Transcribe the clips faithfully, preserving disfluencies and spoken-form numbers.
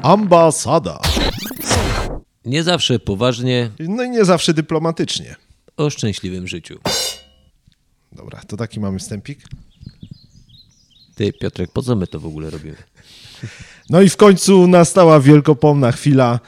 Ambasada. Nie zawsze poważnie. No i nie zawsze dyplomatycznie. O szczęśliwym życiu. Dobra, to taki mamy wstępik. Ty, Piotrek, po co my to w ogóle robimy? No i w końcu nastała wielkopomna chwila.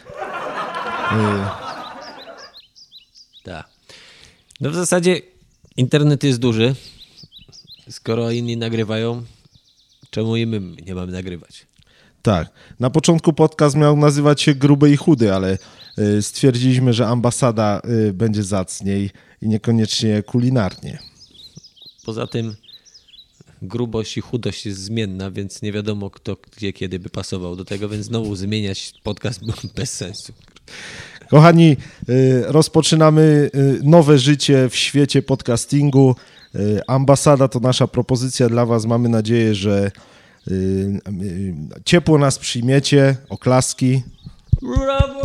Tak. No w zasadzie internet jest duży. Skoro inni nagrywają, czemu i my nie mamy nagrywać? Tak. Na początku podcast miał nazywać się Gruby i Chudy, ale y, stwierdziliśmy, że ambasada y, będzie zacniej i niekoniecznie kulinarnie. Poza tym grubość i chudość jest zmienna, więc nie wiadomo kto gdzie, kiedy by pasował do tego, więc znowu zmieniać podcast było bez sensu. Kochani, y, rozpoczynamy y, nowe życie w świecie podcastingu. Y, ambasada to nasza propozycja dla was. Mamy nadzieję, że y, y, ciepło nas przyjmiecie. Oklaski. Brawo!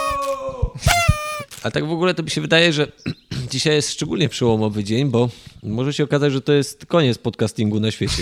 A tak w ogóle to mi się wydaje, że dzisiaj jest szczególnie przełomowy dzień, bo może się okazać, że to jest koniec podcastingu na świecie.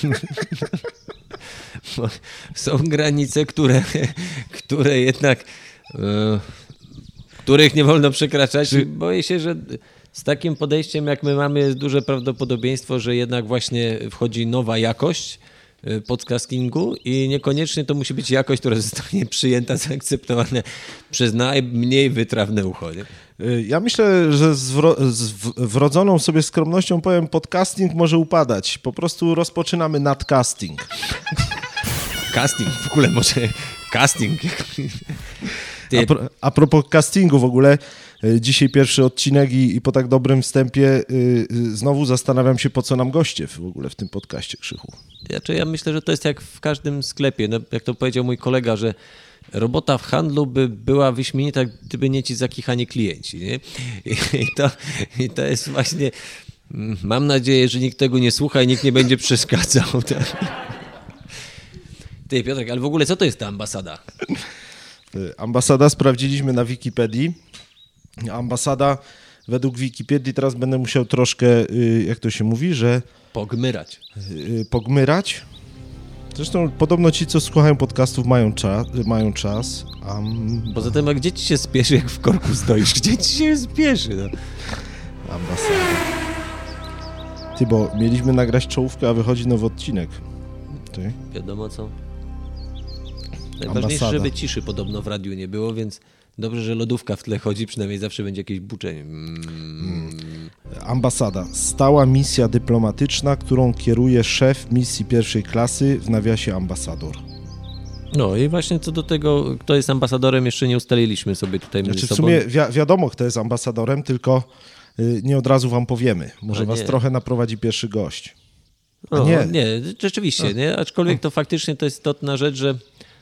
Bo są granice, które, które jednak e, których nie wolno przekraczać. Boję się, że z takim podejściem, jak my mamy, jest duże prawdopodobieństwo, że jednak właśnie wchodzi nowa jakość podcastingu i niekoniecznie to musi być jakość, która zostanie przyjęta, zaakceptowana przez najmniej wytrawne ucho. Nie? Ja myślę, że z, wro- z wrodzoną sobie skromnością powiem, podcasting może upadać. Po prostu rozpoczynamy nadcasting. Casting, w ogóle może casting. Ty... A, pro, a propos castingu w ogóle, dzisiaj pierwszy odcinek i, i po tak dobrym wstępie y, y, znowu zastanawiam się, po co nam goście w ogóle w tym podcaście, Krzychu. Znaczy, ja myślę, że to jest jak w każdym sklepie. No, jak to powiedział mój kolega, że robota w handlu by była wyśmienita, gdyby nie ci zakichani klienci. Nie? I, i, to, I to jest właśnie... Mam nadzieję, że nikt tego nie słucha i nikt nie będzie przeszkadzał. Tak? Ty, Piotrek, ale w ogóle co to jest ta ambasada? Ambasada sprawdziliśmy na Wikipedii. Ambasada według Wikipedii, teraz będę musiał troszkę, jak to się mówi, że... Pogmyrać. Pogmyrać. Zresztą podobno ci, co słuchają podcastów, mają, cza, mają czas. Um... Poza tym, a gdzie ci się spieszy, jak w korku stoisz? Gdzie ci się spieszy? No? Ambasada. Ty, bo mieliśmy nagrać czołówkę, a wychodzi nowy odcinek. Ty? Wiadomo co. Najważniejsze, ambasada. Żeby ciszy podobno w radiu nie było, więc dobrze, że lodówka w tle chodzi, przynajmniej zawsze będzie jakieś buczenie. Mm. Hmm. Ambasada. Stała misja dyplomatyczna, którą kieruje szef misji pierwszej klasy, w nawiasie ambasador. No i właśnie co do tego, kto jest ambasadorem, jeszcze nie ustaliliśmy sobie tutaj między znaczy, sobą. W sumie wi- wiadomo, kto jest ambasadorem, tylko y, nie od razu wam powiemy. Może A was nie. trochę naprowadzi pierwszy gość. A o, nie. nie, rzeczywiście, nie? Aczkolwiek to faktycznie to jest istotna rzecz, że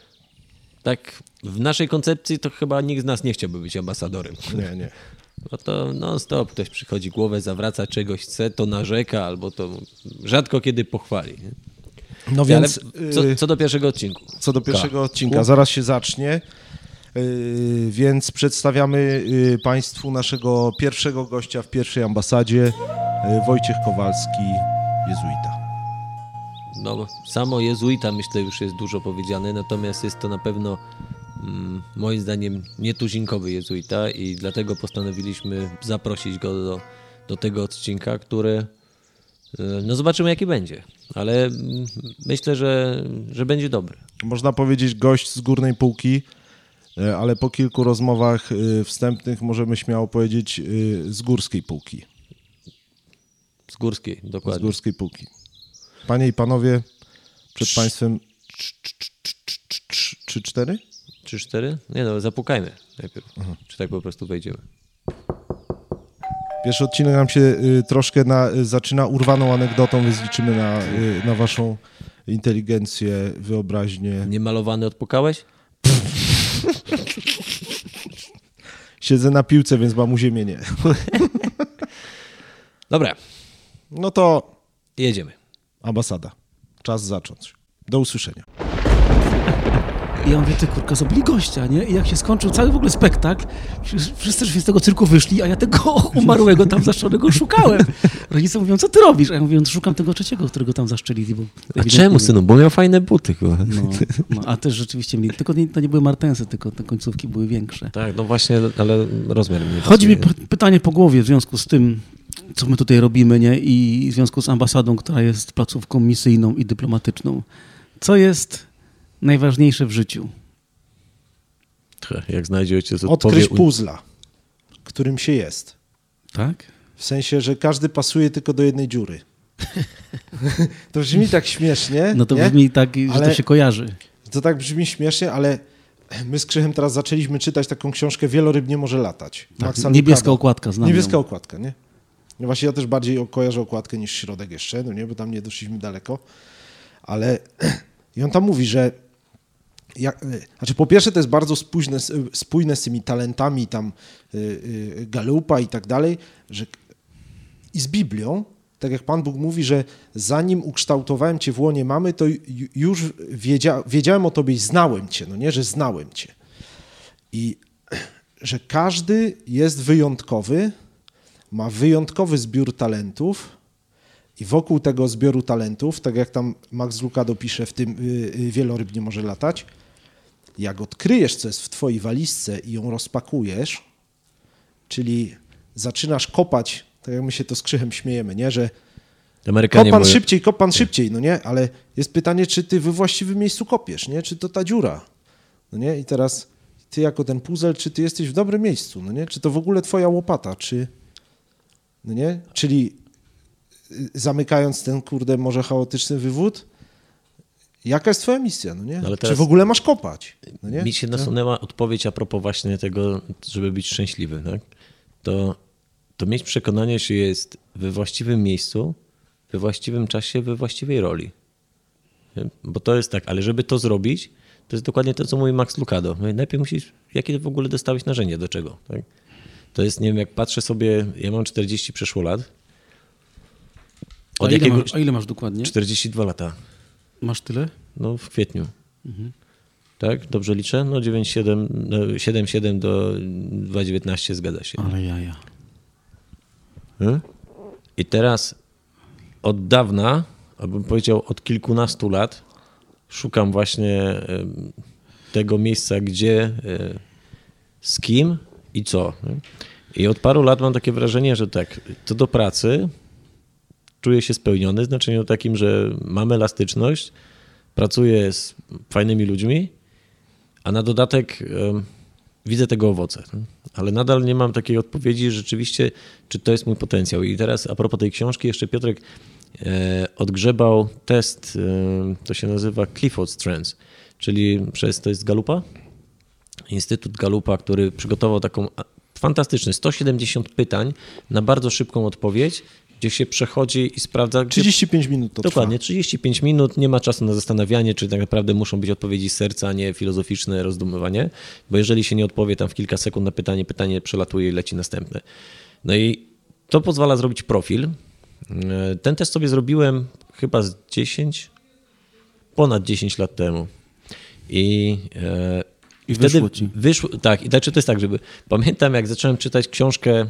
tak w naszej koncepcji to chyba nikt z nas nie chciałby być ambasadorem. Nie, nie. Bo to non stop ktoś przychodzi, głowę zawraca, czegoś chce, to narzeka, albo to rzadko kiedy pochwali. Nie? No więc... Ale co, co do pierwszego odcinku? Co do pierwszego Ka. odcinka, zaraz się zacznie, yy, więc przedstawiamy yy, Państwu naszego pierwszego gościa w pierwszej ambasadzie, yy, Wojciech Kowalski, jezuita. No, samo jezuita, myślę, już jest dużo powiedziane, natomiast jest to na pewno mm, moim zdaniem nietuzinkowy jezuita i dlatego postanowiliśmy zaprosić go do, do tego odcinka, który yy, no zobaczymy jaki będzie, ale mm, myślę, że, że będzie dobry. Można powiedzieć gość z górnej półki, yy, ale po kilku rozmowach yy, wstępnych możemy śmiało powiedzieć yy, z górskiej półki. Z górskiej, dokładnie. Z górskiej półki. Panie i panowie, przed Cz- państwem trzy cztery? trzy cztery? Nie no, zapukajmy najpierw. Aha. Czy tak po prostu wejdziemy. Pierwszy odcinek nam się y, troszkę na, y, zaczyna urwaną anegdotą, więc liczymy na, y, na waszą inteligencję, wyobraźnię. Niemalowany odpukałeś? Siedzę na piłce, więc mam uziemienie. Dobra. No to... Jedziemy. Ambasada. Czas zacząć. Do usłyszenia. I ja mówię, ty kurka, zabili gościa, nie? I jak się skończył cały w ogóle spektakl, wszyscy już z tego cyrku wyszli, a ja tego umarłego tam zaszczonego szukałem. Rodzice mówią, co ty robisz? A ja mówię, szukam tego trzeciego, którego tam zaszczelili. Bo a czemu, synu? Bo miał fajne buty. No, no, a też rzeczywiście mieli, tylko nie, to nie były martensy, tylko te końcówki były większe. Tak, no właśnie, ale rozmiar mnie Chodzi mi pytanie po głowie w związku z tym, co my tutaj robimy, nie? I w związku z ambasadą, która jest placówką misyjną i dyplomatyczną. Co jest najważniejsze w życiu? Jak znajdzie ojciec odpowie... Odkryć puzzla, którym się jest. Tak? W sensie, że każdy pasuje tylko do jednej dziury. To brzmi tak śmiesznie. No to nie? brzmi tak, że ale... to się kojarzy. To tak brzmi śmiesznie, ale my z Krzychem teraz zaczęliśmy czytać taką książkę Wieloryb nie może latać. Tak, niebieska okładka, znam Niebieska ją. okładka, nie? No właśnie ja też bardziej kojarzę okładkę niż środek jeszcze, no nie, bo tam nie doszliśmy daleko. Ale i on tam mówi, że jak, znaczy po pierwsze to jest bardzo spójne, spójne z tymi talentami tam y, y, Galupa i tak dalej, że i z Biblią, tak jak Pan Bóg mówi, że zanim ukształtowałem Cię w łonie mamy, to już wiedzia, wiedziałem o Tobie i znałem Cię, no nie, że znałem Cię. I że każdy jest wyjątkowy, ma wyjątkowy zbiór talentów i wokół tego zbioru talentów, tak jak tam Max Lucado pisze w tym yy, Wieloryb nie może latać, jak odkryjesz, co jest w twojej walizce i ją rozpakujesz, czyli zaczynasz kopać, tak jak my się to z Krzychem śmiejemy, nie, że Amerykanie kop pan mówią... szybciej, kop pan szybciej, no nie, ale jest pytanie, czy ty we właściwym miejscu kopiesz, nie, czy to ta dziura, no nie, i teraz ty jako ten puzzle, czy ty jesteś w dobrym miejscu, no nie, czy to w ogóle twoja łopata, czy, no nie, czyli zamykając ten, kurde, może chaotyczny wywód, jaka jest twoja misja, no nie? No, czy w ogóle masz kopać? No nie? Mi się nasunęła odpowiedź a propos właśnie tego, żeby być szczęśliwy, tak? To, to mieć przekonanie, że jest we właściwym miejscu, we właściwym czasie, we właściwej roli. Bo to jest tak, ale żeby to zrobić, to jest dokładnie to, co mówi Max Lucado. Najpierw musisz, jakie w ogóle dostałeś narzędzie do czego, tak? To jest, nie wiem, jak patrzę sobie, ja mam czterdzieści przeszło lat. Od a, ile jakiego... masz, a ile masz dokładnie? czterdzieści dwa lata. Masz tyle? No w kwietniu. Mhm. Tak? Dobrze liczę? No dziewięć siedem, no, siedem siedem do dwa dziewiętnaście zgadza się. Ale jaja. Hmm? I teraz od dawna, abym powiedział od kilkunastu lat, szukam właśnie tego miejsca, gdzie, z kim i co. I od paru lat mam takie wrażenie, że tak, to do pracy czuję się spełniony w znaczeniu takim, że mam elastyczność, pracuję z fajnymi ludźmi, a na dodatek y, widzę tego owoce. Ale nadal nie mam takiej odpowiedzi rzeczywiście, czy to jest mój potencjał. I teraz a propos tej książki, jeszcze Piotrek y, odgrzebał test, y, to się nazywa Clifford Strengths, czyli przez, to jest Galupa, Instytut Galupa, który przygotował taką fantastyczny sto siedemdziesiąt pytań na bardzo szybką odpowiedź, gdzie się przechodzi i sprawdza... trzydzieści pięć minut to Dokładnie, trwa. trzydzieści pięć minut, nie ma czasu na zastanawianie, czy tak naprawdę muszą być odpowiedzi z serca, a nie filozoficzne rozdumowanie, bo jeżeli się nie odpowie tam w kilka sekund na pytanie, pytanie przelatuje i leci następne. No i to pozwala zrobić profil. Ten test sobie zrobiłem chyba z dziesięć, ponad dziesięć lat temu. I... I wtedy wyszło ci. Wyszło, tak, i znaczy to jest tak, żeby... Pamiętam, jak zacząłem czytać książkę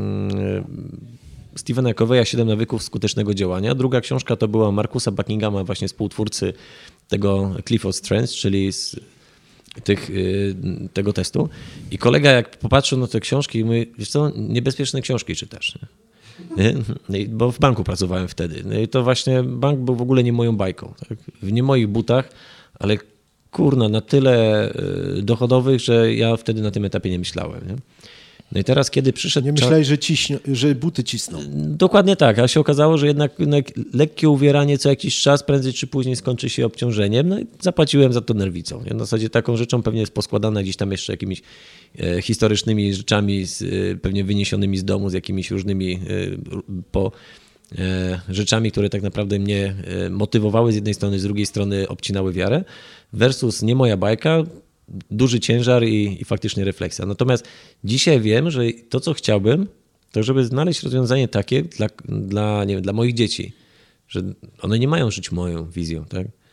Stephena Coveya Siedem nawyków skutecznego działania. Druga książka to była Marcusa Buckinghama, właśnie współtwórcy tego Clifford Strengths, czyli z tych, tego testu. I kolega jak popatrzył na te książki i mówi, wiesz co, niebezpieczne książki czytasz. Nie? Bo w banku pracowałem wtedy. No i to właśnie bank był w ogóle nie moją bajką. Tak? W nie moich butach, ale kurna, na tyle dochodowych, że ja wtedy na tym etapie nie myślałem. Nie? No i teraz, kiedy przyszedł... Nie myślałeś, że, ciśnie, że buty cisną. Dokładnie tak, a się okazało, że jednak, jednak lekkie uwieranie co jakiś czas, prędzej czy później skończy się obciążeniem, no i zapłaciłem za to nerwicą. W zasadzie taką rzeczą pewnie jest poskładana gdzieś tam jeszcze jakimiś e, historycznymi rzeczami, z, e, pewnie wyniesionymi z domu, z jakimiś różnymi e, po, e, rzeczami, które tak naprawdę mnie e, motywowały z jednej strony, z drugiej strony obcinały wiarę, versus nie moja bajka, duży ciężar i, i faktycznie refleksja. Natomiast dzisiaj wiem, że to, co chciałbym, to żeby znaleźć rozwiązanie takie dla, dla, nie wiem, dla moich dzieci, że one nie mają żyć moją wizją. Tak?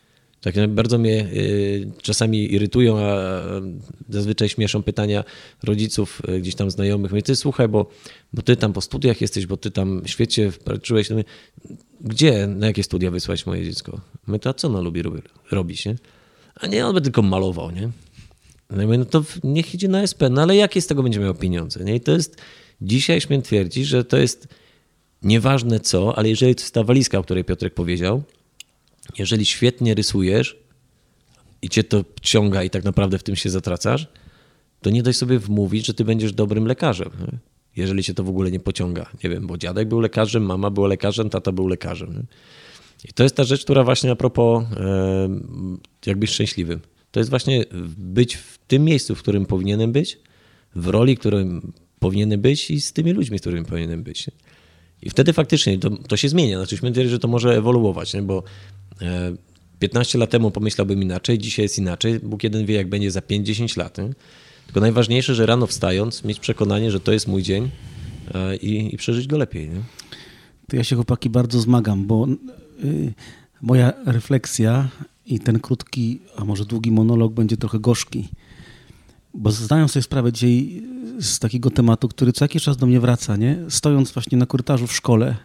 Tak bardzo mnie y, czasami irytują, a zazwyczaj śmieszą pytania rodziców, y, gdzieś tam znajomych. Mówię, ty słuchaj, bo, bo ty tam po studiach jesteś, bo ty tam w świecie walczyłeś. No, gdzie, na jakie studia wysłać moje dziecko? My to, a co ono lubi robić, nie? A nie, on by tylko malował, nie? No i mówię, no to niech idzie na S P, no ale jakie z tego będzie miał pieniądze? Nie? I to jest, dzisiaj śmiem twierdzić, że to jest nieważne co, ale jeżeli to jest ta walizka, o której Piotrek powiedział, jeżeli świetnie rysujesz i cię to ciąga i tak naprawdę w tym się zatracasz, to nie daj sobie wmówić, że ty będziesz dobrym lekarzem. Nie? Jeżeli cię to w ogóle nie pociąga. Nie wiem, bo dziadek był lekarzem, mama była lekarzem, tata był lekarzem. Nie? I to jest ta rzecz, która właśnie a propos e, jak być szczęśliwym. To jest właśnie być w tym miejscu, w którym powinienem być, w roli, w którym powinienem być i z tymi ludźmi, z którymi powinienem być. Nie? I wtedy faktycznie to, to się zmienia. Znaczy, śmiem twierdzić, że to może ewoluować, nie? Bo piętnaście lat temu pomyślałbym inaczej, dzisiaj jest inaczej. Bóg jeden wie, jak będzie za pięć dziesięć lat. Nie? Tylko najważniejsze, że rano wstając, mieć przekonanie, że to jest mój dzień i, i przeżyć go lepiej. Nie? To ja się, chłopaki, bardzo zmagam, bo y, moja refleksja i ten krótki, a może długi monolog będzie trochę gorzki. Bo zdaję sobie sprawę dzisiaj z takiego tematu, który co jakiś czas do mnie wraca, nie? Stojąc właśnie na korytarzu w szkole,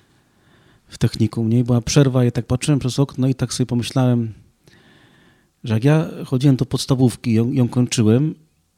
w technikum, nie? Była przerwa, ja tak patrzyłem przez okno i tak sobie pomyślałem, że jak ja chodziłem do podstawówki, ją, ją kończyłem,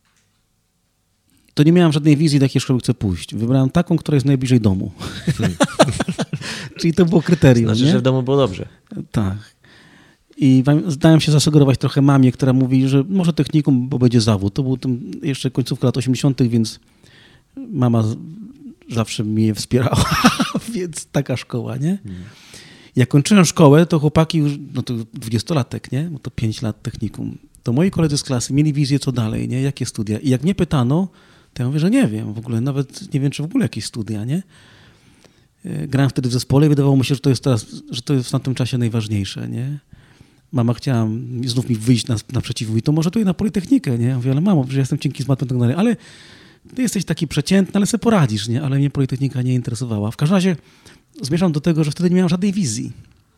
to nie miałem żadnej wizji, do jakiej szkoły chcę pójść. Wybrałem taką, która jest najbliżej domu. Hmm. Czyli to było kryterium. Znaczy, nie? że w domu było dobrze. Tak. I zdałem się zasugerować trochę mamie, która mówi, że może technikum, bo będzie zawód. To był tym jeszcze końcówka lat osiemdziesiątych, więc mama zawsze mnie wspierała, więc taka szkoła, nie? Hmm. Jak kończyłem szkołę, to chłopaki już, no to dwudziestolatek, nie? No to pięć lat technikum. To moi koledzy z klasy mieli wizję, co dalej, nie? Jakie studia. I jak mnie pytano, to ja mówię, że nie wiem w ogóle, nawet nie wiem, czy w ogóle jakieś studia, nie? Grałem wtedy w zespole i wydawało mi się, że to jest teraz, że to jest w tamtym czasie najważniejsze, nie? Mama chciała znów mi wyjść na, naprzeciw, mówi, to może tutaj na Politechnikę, nie? Ja mówię, ale mamo, że ja jestem cienki z matmy, tak dalej, ale ty jesteś taki przeciętny, ale sobie poradzisz, nie? Ale mnie Politechnika nie interesowała. W każdym razie zmierzam do tego, że wtedy nie miałem żadnej wizji.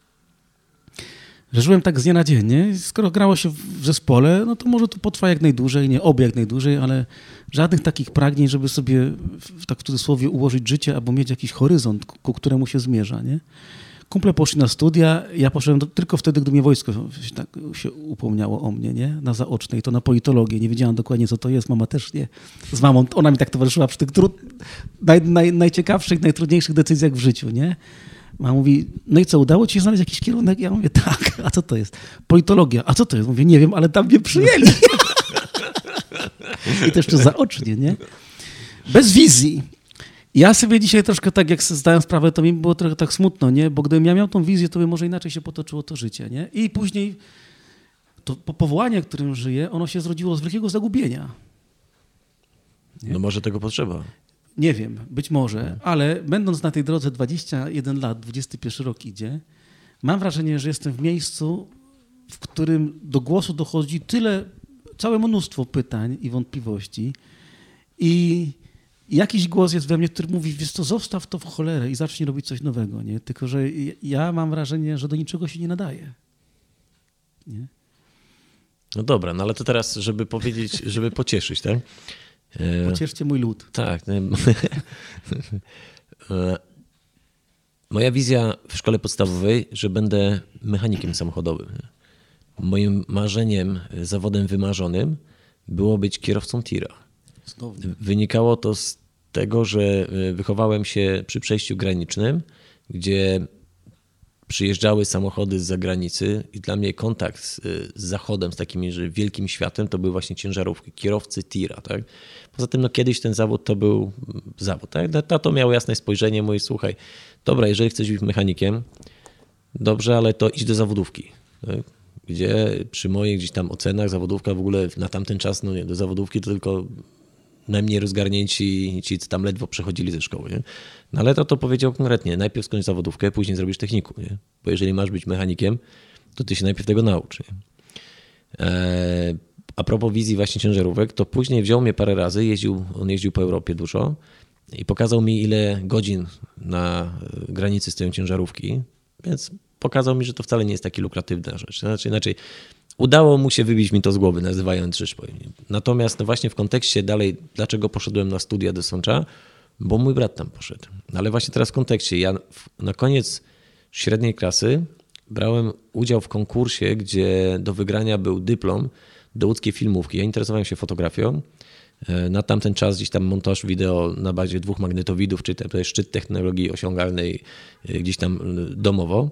Że żyłem tak z dnia na dzień, nie? Skoro grało się w zespole, no to może to potrwa jak najdłużej, nie oby jak najdłużej, ale żadnych takich pragnień, żeby sobie w tak w cudzysłowie ułożyć życie albo mieć jakiś horyzont, ku któremu się zmierza, nie? Kumple poszli na studia, ja poszedłem do, tylko wtedy, gdy mnie wojsko się, tak, się upomniało o mnie, nie? Na zaocznej, to na politologię. Nie wiedziałam dokładnie, co to jest, mama też nie. Z mamą, ona mi tak towarzyszyła przy tych trud... naj, naj, najciekawszych, najtrudniejszych decyzjach w życiu, nie? Mama mówi, no i co, udało ci się znaleźć jakiś kierunek? Ja mówię, tak, a co to jest? Politologia, a co to jest? Mówię, nie wiem, ale tam mnie przyjęli. I to jeszcze zaocznie, nie? Bez wizji. Ja sobie dzisiaj troszkę tak, jak zdałem sprawę, to mi było trochę tak smutno, nie? Bo gdybym ja miał tą wizję, to by może inaczej się potoczyło to życie, nie? I później to powołanie, którym żyję, ono się zrodziło z wielkiego zagubienia. Nie? No może tego potrzeba. Nie wiem, być może, ale będąc na tej drodze dwadzieścia jeden lat, dwudziesty pierwszy rok idzie, mam wrażenie, że jestem w miejscu, w którym do głosu dochodzi tyle, całe mnóstwo pytań i wątpliwości i jakiś głos jest we mnie, który mówi, wiesz co, zostaw to w cholerę i zacznij robić coś nowego, nie? Tylko że ja mam wrażenie, że do niczego się nie nadaje. Nie? No dobra, no ale to teraz, żeby powiedzieć, żeby pocieszyć, tak? Pocieszcie mój lud. Tak. Moja wizja w szkole podstawowej, że będę mechanikiem samochodowym. Moim marzeniem, zawodem wymarzonym było być kierowcą tira. Wynikało to z tego, że wychowałem się przy przejściu granicznym, gdzie przyjeżdżały samochody z zagranicy i dla mnie kontakt z, z zachodem, z takim że wielkim światem, to były właśnie ciężarówki, kierowcy tira. Tak? Poza tym no, kiedyś ten zawód to był zawód. Tak? Tato miał jasne spojrzenie, mówi, słuchaj, dobra, jeżeli chcesz być mechanikiem, dobrze, ale to idź do zawodówki. Tak? Gdzie przy moich gdzieś tam ocenach zawodówka w ogóle na tamten czas, no nie, do zawodówki to tylko najmniej rozgarnięci ci, co tam ledwo przechodzili ze szkoły. Nie? No ale to, to powiedział konkretnie, najpierw skończ zawodówkę, później zrobisz technikum. Nie? Bo jeżeli masz być mechanikiem, to ty się najpierw tego naucz. Nie? Eee, a propos wizji właśnie ciężarówek, to później wziął mnie parę razy, jeździł, on jeździł po Europie dużo i pokazał mi, ile godzin na granicy stoją ciężarówki, więc pokazał mi, że to wcale nie jest taki lukratywna rzecz. Znaczy, inaczej, udało mu się wybić mi to z głowy, nazywając rzecz. Natomiast no właśnie w kontekście dalej, dlaczego poszedłem na studia do Sącza, bo mój brat tam poszedł. Ale właśnie teraz w kontekście, ja na koniec średniej klasy brałem udział w konkursie, gdzie do wygrania był dyplom do łódzkiej filmówki. Ja interesowałem się fotografią. Na tamten czas gdzieś tam montaż wideo na bazie dwóch magnetowidów, czy to jest szczyt technologii osiągalnej gdzieś tam domowo.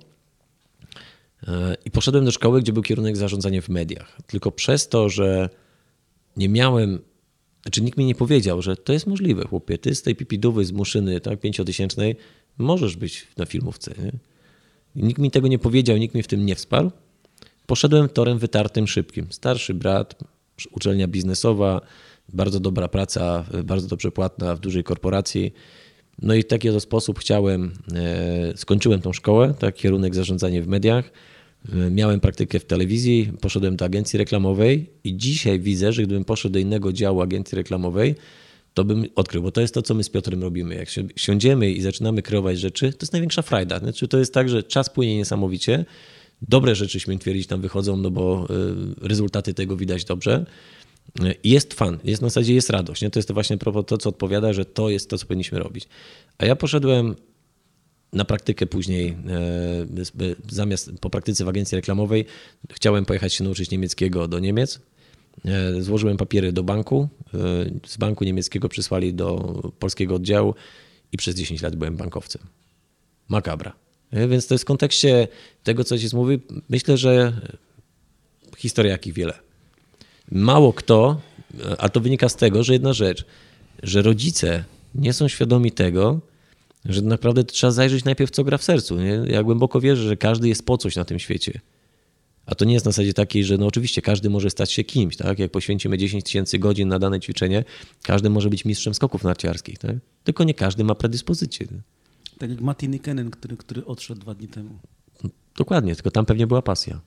I poszedłem do szkoły, gdzie był kierunek zarządzanie w mediach. Tylko przez to, że nie miałem, znaczy nikt mi nie powiedział, że to jest możliwe, chłopie, ty z tej pipidówy z Muszyny, tak, pięciotysięcznej, możesz być na filmówce. Nie? I nikt mi tego nie powiedział, nikt mnie w tym nie wsparł. Poszedłem torem wytartym, szybkim. Starszy brat, uczelnia biznesowa, bardzo dobra praca, bardzo dobrze płatna w dużej korporacji. No i w taki oto sposób chciałem, e, skończyłem tą szkołę, tak, kierunek zarządzanie w mediach. E, miałem praktykę w telewizji, poszedłem do agencji reklamowej i dzisiaj widzę, że gdybym poszedł do innego działu agencji reklamowej, to bym odkrył, bo to jest to, co my z Piotrem robimy. Jak siądziemy i zaczynamy kreować rzeczy, to jest największa frajda. Znaczy, to jest tak, że czas płynie niesamowicie, dobre rzeczy, śmiem twierdzić, tam wychodzą, no bo e, rezultaty tego widać dobrze. Jest fan, jest na zasadzie jest radość. Nie? To jest właśnie to, co odpowiada, że to jest to, co powinniśmy robić. A ja poszedłem na praktykę później, zamiast po praktyce w agencji reklamowej, chciałem pojechać się nauczyć niemieckiego do Niemiec. Złożyłem papiery do banku, z banku niemieckiego przysłali do polskiego oddziału i przez dziesięć lat byłem bankowcem. Makabra. Więc to jest w kontekście tego, co się mówi, myślę, że historia jakich wiele. Mało kto, a to wynika z tego, że jedna rzecz, że rodzice nie są świadomi tego, że naprawdę trzeba zajrzeć najpierw, co gra w sercu. Nie? Ja głęboko wierzę, że każdy jest po coś na tym świecie. A to nie jest na zasadzie takiej, że no oczywiście każdy może stać się kimś. Tak? Jak poświęcimy dziesięć tysięcy godzin na dane ćwiczenie, każdy może być mistrzem skoków narciarskich. Tak? Tylko nie każdy ma predyspozycję. Tak jak Matti Nykänen, który, który odszedł dwa dni temu. Dokładnie, tylko tam pewnie była pasja.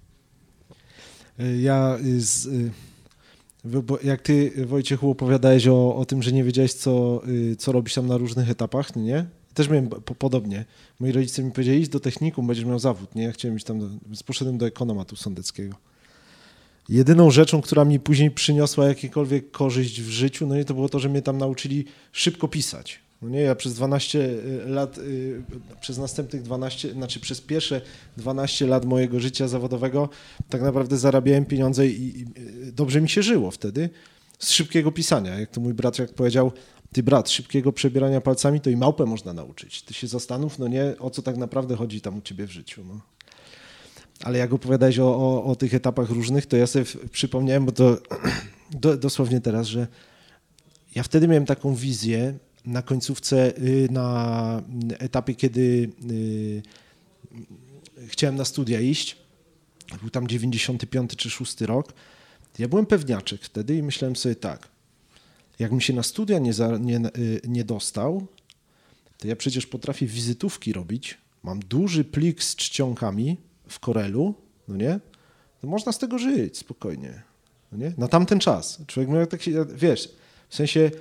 Ja, z, bo jak ty, Wojciechu, opowiadałeś o, o tym, że nie wiedziałeś, co, co robisz tam na różnych etapach, nie? Też miałem po, podobnie. Moi rodzice mi powiedzieli, idź do technikum, będziesz miał zawód, nie? Ja chciałem iść tam, do, poszedłem do ekonomatu sądeckiego. Jedyną rzeczą, która mi później przyniosła jakiekolwiek korzyść w życiu, no i to było to, że mnie tam nauczyli szybko pisać. No nie, ja przez dwanaście lat, przez następnych dwanaście, znaczy przez pierwsze dwanaście lat mojego życia zawodowego tak naprawdę zarabiałem pieniądze i, i dobrze mi się żyło wtedy z szybkiego pisania. Jak to mój brat jak powiedział, ty brat, szybkiego przebierania palcami to i małpę można nauczyć. Ty się zastanów, no nie, o co tak naprawdę chodzi tam u ciebie w życiu. No. Ale jak opowiadałeś o, o, o tych etapach różnych, to ja sobie przypomniałem, bo to do, dosłownie teraz, że ja wtedy miałem taką wizję, na końcówce, na etapie, kiedy chciałem na studia iść, był tam dziewięćdziesiąty piąty czy szósty rok, ja byłem pewniaczek wtedy i myślałem sobie tak, jakbym się na studia nie, za, nie, nie dostał, to ja przecież potrafię wizytówki robić, mam duży plik z czcionkami w Corelu, no nie, to można z tego żyć spokojnie, no nie, na tamten czas. Człowiek miał tak się, wiesz, w sensie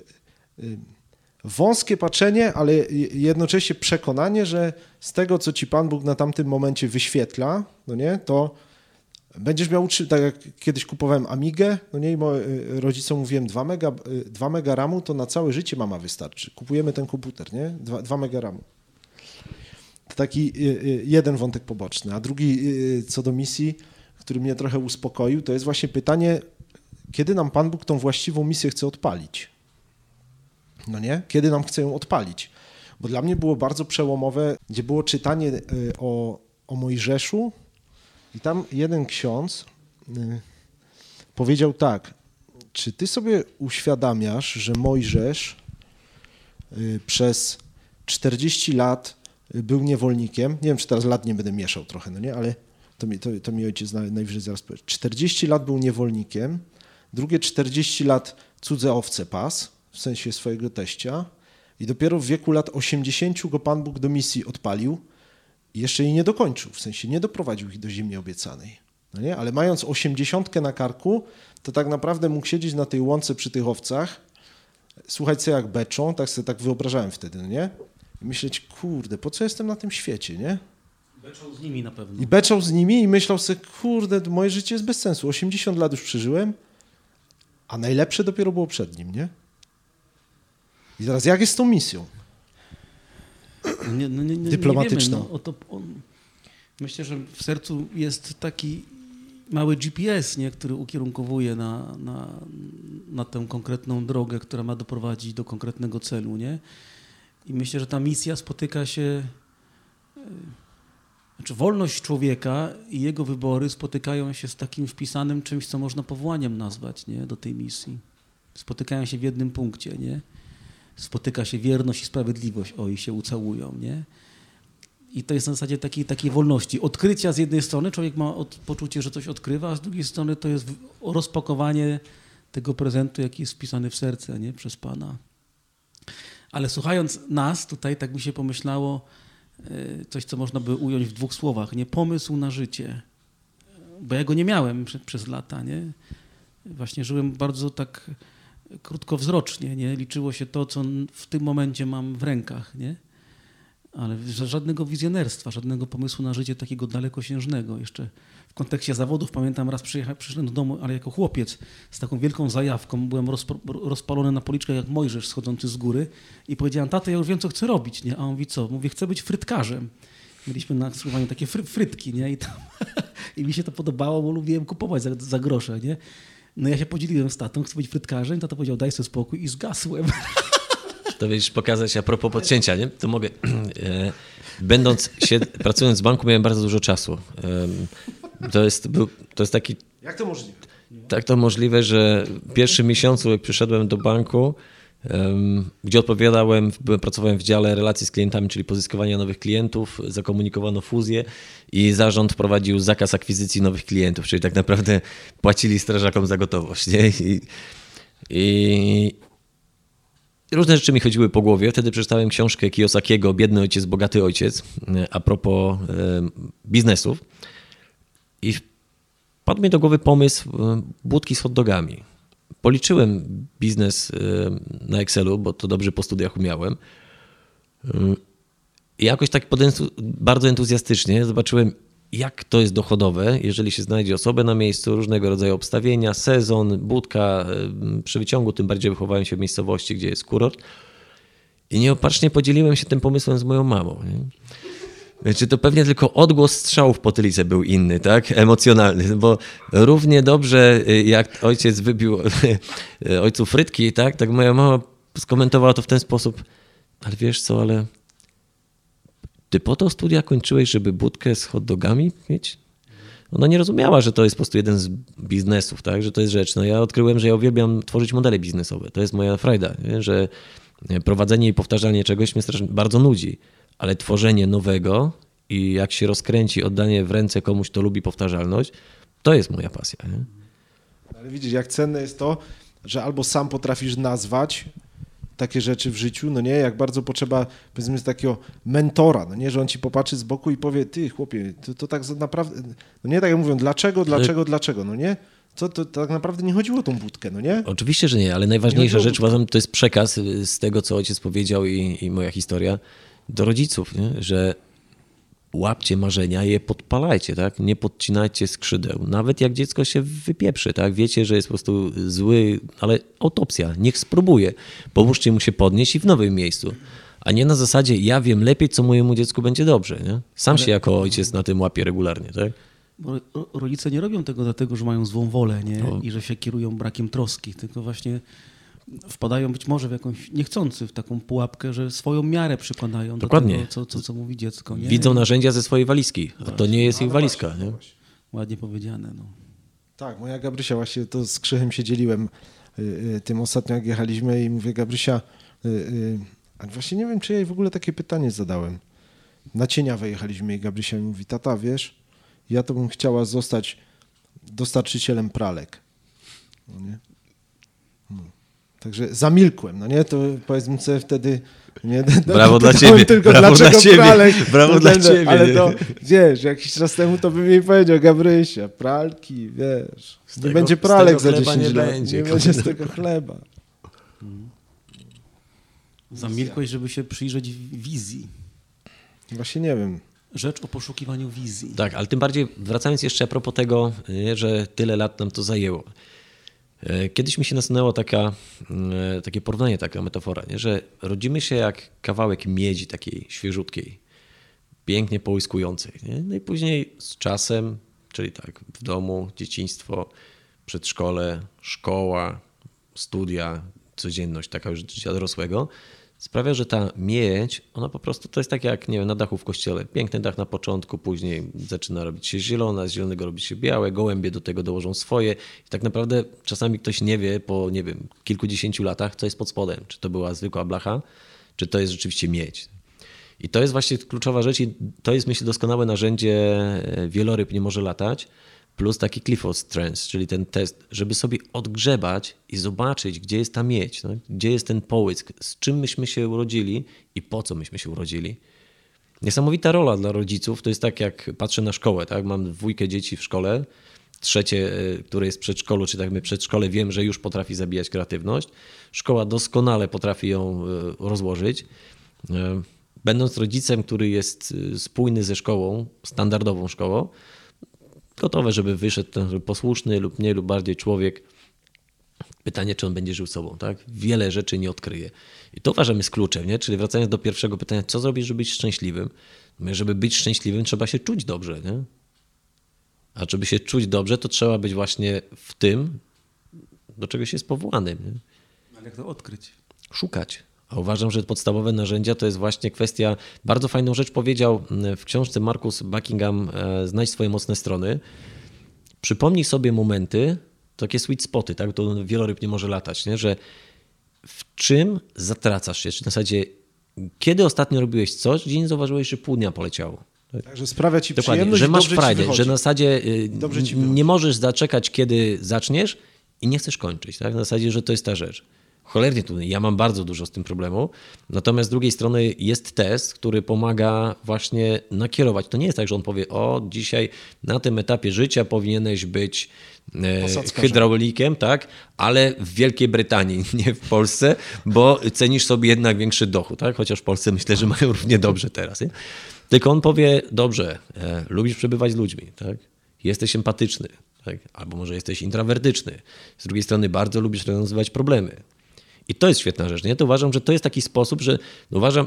wąskie patrzenie, ale jednocześnie przekonanie, że z tego, co ci Pan Bóg na tamtym momencie wyświetla, no nie, to będziesz miał, tak jak kiedyś kupowałem Amigę, no nie, i rodzicom mówiłem dwa mega, dwa mega ramu, to na całe życie mama wystarczy. Kupujemy ten komputer, nie? dwa mega ramu. To taki jeden wątek poboczny. A drugi co do misji, który mnie trochę uspokoił, to jest właśnie pytanie, kiedy nam Pan Bóg tą właściwą misję chce odpalić? No nie? Kiedy nam chce ją odpalić? Bo dla mnie było bardzo przełomowe, gdzie było czytanie o, o Mojżeszu i tam jeden ksiądz powiedział tak, czy ty sobie uświadamiasz, że Mojżesz przez czterdzieści lat był niewolnikiem, nie wiem, czy teraz lat nie będę mieszał trochę, no nie, ale to mi, to, to mi ojciec najwyżej zaraz powie. czterdzieści lat był niewolnikiem, drugie czterdzieści lat cudze owce pas, w sensie swojego teścia i dopiero w wieku lat osiemdziesięciu go Pan Bóg do misji odpalił i jeszcze jej nie dokończył, w sensie nie doprowadził ich do ziemi obiecanej. No nie? Ale mając osiemdziesiątkę na karku, to tak naprawdę mógł siedzieć na tej łące przy tych owcach, słuchać sobie jak beczą, tak sobie tak wyobrażałem wtedy, no nie? I myśleć, kurde, po co jestem na tym świecie, nie? Beczał z nimi na pewno. I beczał z nimi i myślał sobie, kurde, moje życie jest bez sensu. osiemdziesiąt lat już przeżyłem, a najlepsze dopiero było przed nim, nie? I teraz jak jest z tą misją? No nie, no nie, nie, dyplomatyczną. Nie wiemy, no, o to, on, myślę, że w sercu jest taki mały G P S, nie, który ukierunkowuje na, na, na tę konkretną drogę, która ma doprowadzić do konkretnego celu, nie? I myślę, że ta misja spotyka się, znaczy wolność człowieka i jego wybory spotykają się z takim wpisanym czymś, co można powołaniem nazwać, nie, do tej misji. Spotykają się w jednym punkcie, nie? Spotyka się wierność i sprawiedliwość, o i się ucałują, nie? I to jest na zasadzie takiej, takiej wolności. Odkrycia z jednej strony, człowiek ma od, poczucie, że coś odkrywa, a z drugiej strony to jest rozpakowanie tego prezentu, jaki jest wpisany w serce, nie? Przez Pana. Ale słuchając nas, tutaj tak mi się pomyślało, coś, co można by ująć w dwóch słowach, nie? Pomysł na życie. Bo ja go nie miałem przez, przez lata, nie? Właśnie żyłem bardzo tak krótkowzrocznie, nie? Liczyło się to, co w tym momencie mam w rękach, nie? Ale żadnego wizjonerstwa, żadnego pomysłu na życie takiego dalekosiężnego. Jeszcze w kontekście zawodów pamiętam, raz przyszedłem do domu, ale jako chłopiec z taką wielką zajawką, byłem rozpo, rozpalony na policzkach jak Mojżesz schodzący z góry i powiedziałem, tato, ja już wiem, co chcę robić, nie? A on mówi, co? Mówię, chcę być frytkarzem. Mieliśmy na skrzyżowaniu takie fry, frytki, nie? I, tam, i mi się to podobało, bo lubiłem kupować za, za grosze, nie? No ja się podzieliłem z tatą, chcę być frytkarzem, tata powiedział, daj sobie spokój i zgasłem. To wiesz, pokazać a propos podcięcia, nie? To mogę. Będąc, się, pracując w banku miałem bardzo dużo czasu. To jest, był, to jest taki... Jak to możliwe? Tak to możliwe, że w pierwszym miesiącu, jak przyszedłem do banku, gdzie odpowiadałem, pracowałem w dziale relacji z klientami, czyli pozyskiwania nowych klientów, zakomunikowano fuzję i zarząd wprowadził zakaz akwizycji nowych klientów, czyli tak naprawdę płacili strażakom za gotowość, nie? I, i różne rzeczy mi chodziły po głowie. Wtedy przeczytałem książkę Kiyosakiego Biedny ojciec, bogaty ojciec a propos biznesów i wpadł mi do głowy pomysł budki z hot dogami. Policzyłem biznes na Excelu, bo to dobrze po studiach umiałem. I jakoś tak bardzo entuzjastycznie zobaczyłem, jak to jest dochodowe, jeżeli się znajdzie osobę na miejscu, różnego rodzaju obstawienia, sezon, budka przy wyciągu, tym bardziej wychowałem się w miejscowości, gdzie jest kurort. I nieopatrznie podzieliłem się tym pomysłem z moją mamą. Nie? Czy to pewnie tylko odgłos strzału w potylicę był inny, tak? Emocjonalny, bo równie dobrze jak ojciec wybił ojcu frytki, tak? Tak moja mama skomentowała to w ten sposób, ale wiesz co, ale ty po to studia kończyłeś, żeby budkę z hot dogami mieć? Ona nie rozumiała, że to jest po prostu jeden z biznesów, tak? Że to jest rzecz. No ja odkryłem, że ja uwielbiam tworzyć modele biznesowe. To jest moja frajda, nie? Że prowadzenie i powtarzanie czegoś mnie strasznie bardzo nudzi, ale tworzenie nowego i jak się rozkręci, oddanie w ręce komuś, kto lubi powtarzalność, to jest moja pasja. Nie? Ale widzisz, jak cenne jest to, że albo sam potrafisz nazwać takie rzeczy w życiu, no nie, jak bardzo potrzeba, powiedzmy, takiego mentora, no nie, że on ci popatrzy z boku i powie, ty chłopie, to, to tak naprawdę, no nie, tak jak mówią, dlaczego, dlaczego, dlaczego, no nie, to, to, to tak naprawdę nie chodziło o tą budkę, no nie? Oczywiście, że nie, ale najważniejsza rzecz, uważam, to jest przekaz z tego, co ojciec powiedział i, i moja historia do rodziców, nie? Że łapcie marzenia i je podpalajcie, tak? Nie podcinajcie skrzydeł. Nawet jak dziecko się wypieprzy, tak? Wiecie, że jest po prostu zły, ale autopsja, niech spróbuje. Pomóżcie mu się podnieść i w nowym miejscu. A nie na zasadzie, ja wiem lepiej, co mojemu dziecku będzie dobrze, nie? Sam ale... się jako ojciec na tym łapie regularnie, tak? Bo rodzice nie robią tego dlatego, że mają złą wolę, nie? No. I że się kierują brakiem troski, tylko właśnie wpadają być może w jakąś, niechcący, w taką pułapkę, że swoją miarę przykładają Dokładnie. do tego, co, co, co mówi dziecko. Nie? Widzą narzędzia ze swojej walizki, a to nie jest ich walizka. Nie? Ładnie powiedziane. No. Tak, moja Gabrysia, właśnie to z Krzychem się dzieliłem y, y, tym ostatnio, jak jechaliśmy i mówię, Gabrysia, y, y, a właśnie nie wiem, czy ja jej w ogóle takie pytanie zadałem. Na Cieniawę jechaliśmy i Gabrysia mi mówi, tata, wiesz, ja to bym chciała zostać dostarczycielem pralek. No nie? No. Także zamilkłem, no nie, to powiedzmy sobie wtedy... Nie, brawo dla ciebie, tylko brawo dlaczego dla ciebie, pralek, brawo no, dla no, ciebie. Ale to, wiesz, jakiś czas temu to bym jej powiedział, Gabrysia, pralki, wiesz, z nie tego, będzie pralek za dziesięć lat, będzie, nie będzie z tego chleba. Hmm. Zamilkłeś, żeby się przyjrzeć wizji. Właśnie nie wiem. Rzecz o poszukiwaniu wizji. Tak, ale tym bardziej wracając jeszcze a propos tego, nie, że tyle lat nam to zajęło. Kiedyś mi się nasunęło taka, takie porównanie, taka metafora, nie, że rodzimy się jak kawałek miedzi takiej świeżutkiej, pięknie połyskującej. Nie? No i później z czasem, czyli tak w domu, dzieciństwo, przedszkole, szkoła, studia, codzienność taka już życia dorosłego, sprawia, że ta miedź, ona po prostu to jest tak jak, nie wiem, na dachu w kościele. Piękny dach na początku, później zaczyna robić się zielona, z zielonego robi się białe, gołębie do tego dołożą swoje. I tak naprawdę czasami ktoś nie wie po, nie wiem, kilkudziesięciu latach, co jest pod spodem. Czy to była zwykła blacha, czy to jest rzeczywiście miedź. I to jest właśnie kluczowa rzecz i to jest, myślę, doskonałe narzędzie wieloryb nie może latać, plus taki Clifford's Strengths, czyli ten test, żeby sobie odgrzebać i zobaczyć, gdzie jest ta miedź, no? Gdzie jest ten połysk, z czym myśmy się urodzili i po co myśmy się urodzili. Niesamowita rola dla rodziców, to jest tak jak patrzę na szkołę, tak? Mam dwójkę dzieci w szkole, trzecie, które jest w przedszkolu, czy tak my przedszkole, wiem, że już potrafi zabijać kreatywność. Szkoła doskonale potrafi ją rozłożyć. Będąc rodzicem, który jest spójny ze szkołą, standardową szkołą, gotowe, żeby wyszedł ten posłuszny lub nie, lub bardziej człowiek. Pytanie, czy on będzie żył sobą, tak? Wiele rzeczy nie odkryje. I to uważam jest kluczem, nie? Czyli wracając do pierwszego pytania, co zrobić, żeby być szczęśliwym? My, żeby być szczęśliwym, trzeba się czuć dobrze, nie? A żeby się czuć dobrze, to trzeba być właśnie w tym, do czego się jest powołanym. Nie? Ale jak to odkryć? Szukać. A uważam, że podstawowe narzędzia to jest właśnie kwestia, bardzo fajną rzecz powiedział w książce Marcus Buckingham, Znajdź swoje mocne strony. Przypomnij sobie momenty, takie sweet spoty, tak? To wieloryb nie może latać, nie? Że w czym zatracasz się, czy w zasadzie kiedy ostatnio robiłeś coś, gdzie nie zauważyłeś, że pół dnia poleciało. Także sprawia ci Dokładnie, przyjemność, że masz dobrze frajdę, ci że na zasadzie nie możesz zaczekać, kiedy zaczniesz i nie chcesz kończyć. Tak? Na zasadzie, że to jest ta rzecz. Cholernie trudny. Ja mam bardzo dużo z tym problemu. Natomiast z drugiej strony jest test, który pomaga właśnie nakierować. To nie jest tak, że on powie, o dzisiaj na tym etapie życia powinieneś być e, hydraulikiem, tak? Ale w Wielkiej Brytanii, nie w Polsce, bo cenisz sobie jednak większy dochód. Tak? Chociaż w Polsce myślę, że mają równie dobrze teraz. Nie? Tylko on powie, dobrze, e, lubisz przebywać z ludźmi, tak? Jesteś empatyczny, tak? Albo może jesteś intrawertyczny. Z drugiej strony bardzo lubisz rozwiązywać problemy. I to jest świetna rzecz, nie? To uważam, że to jest taki sposób, że no uważam,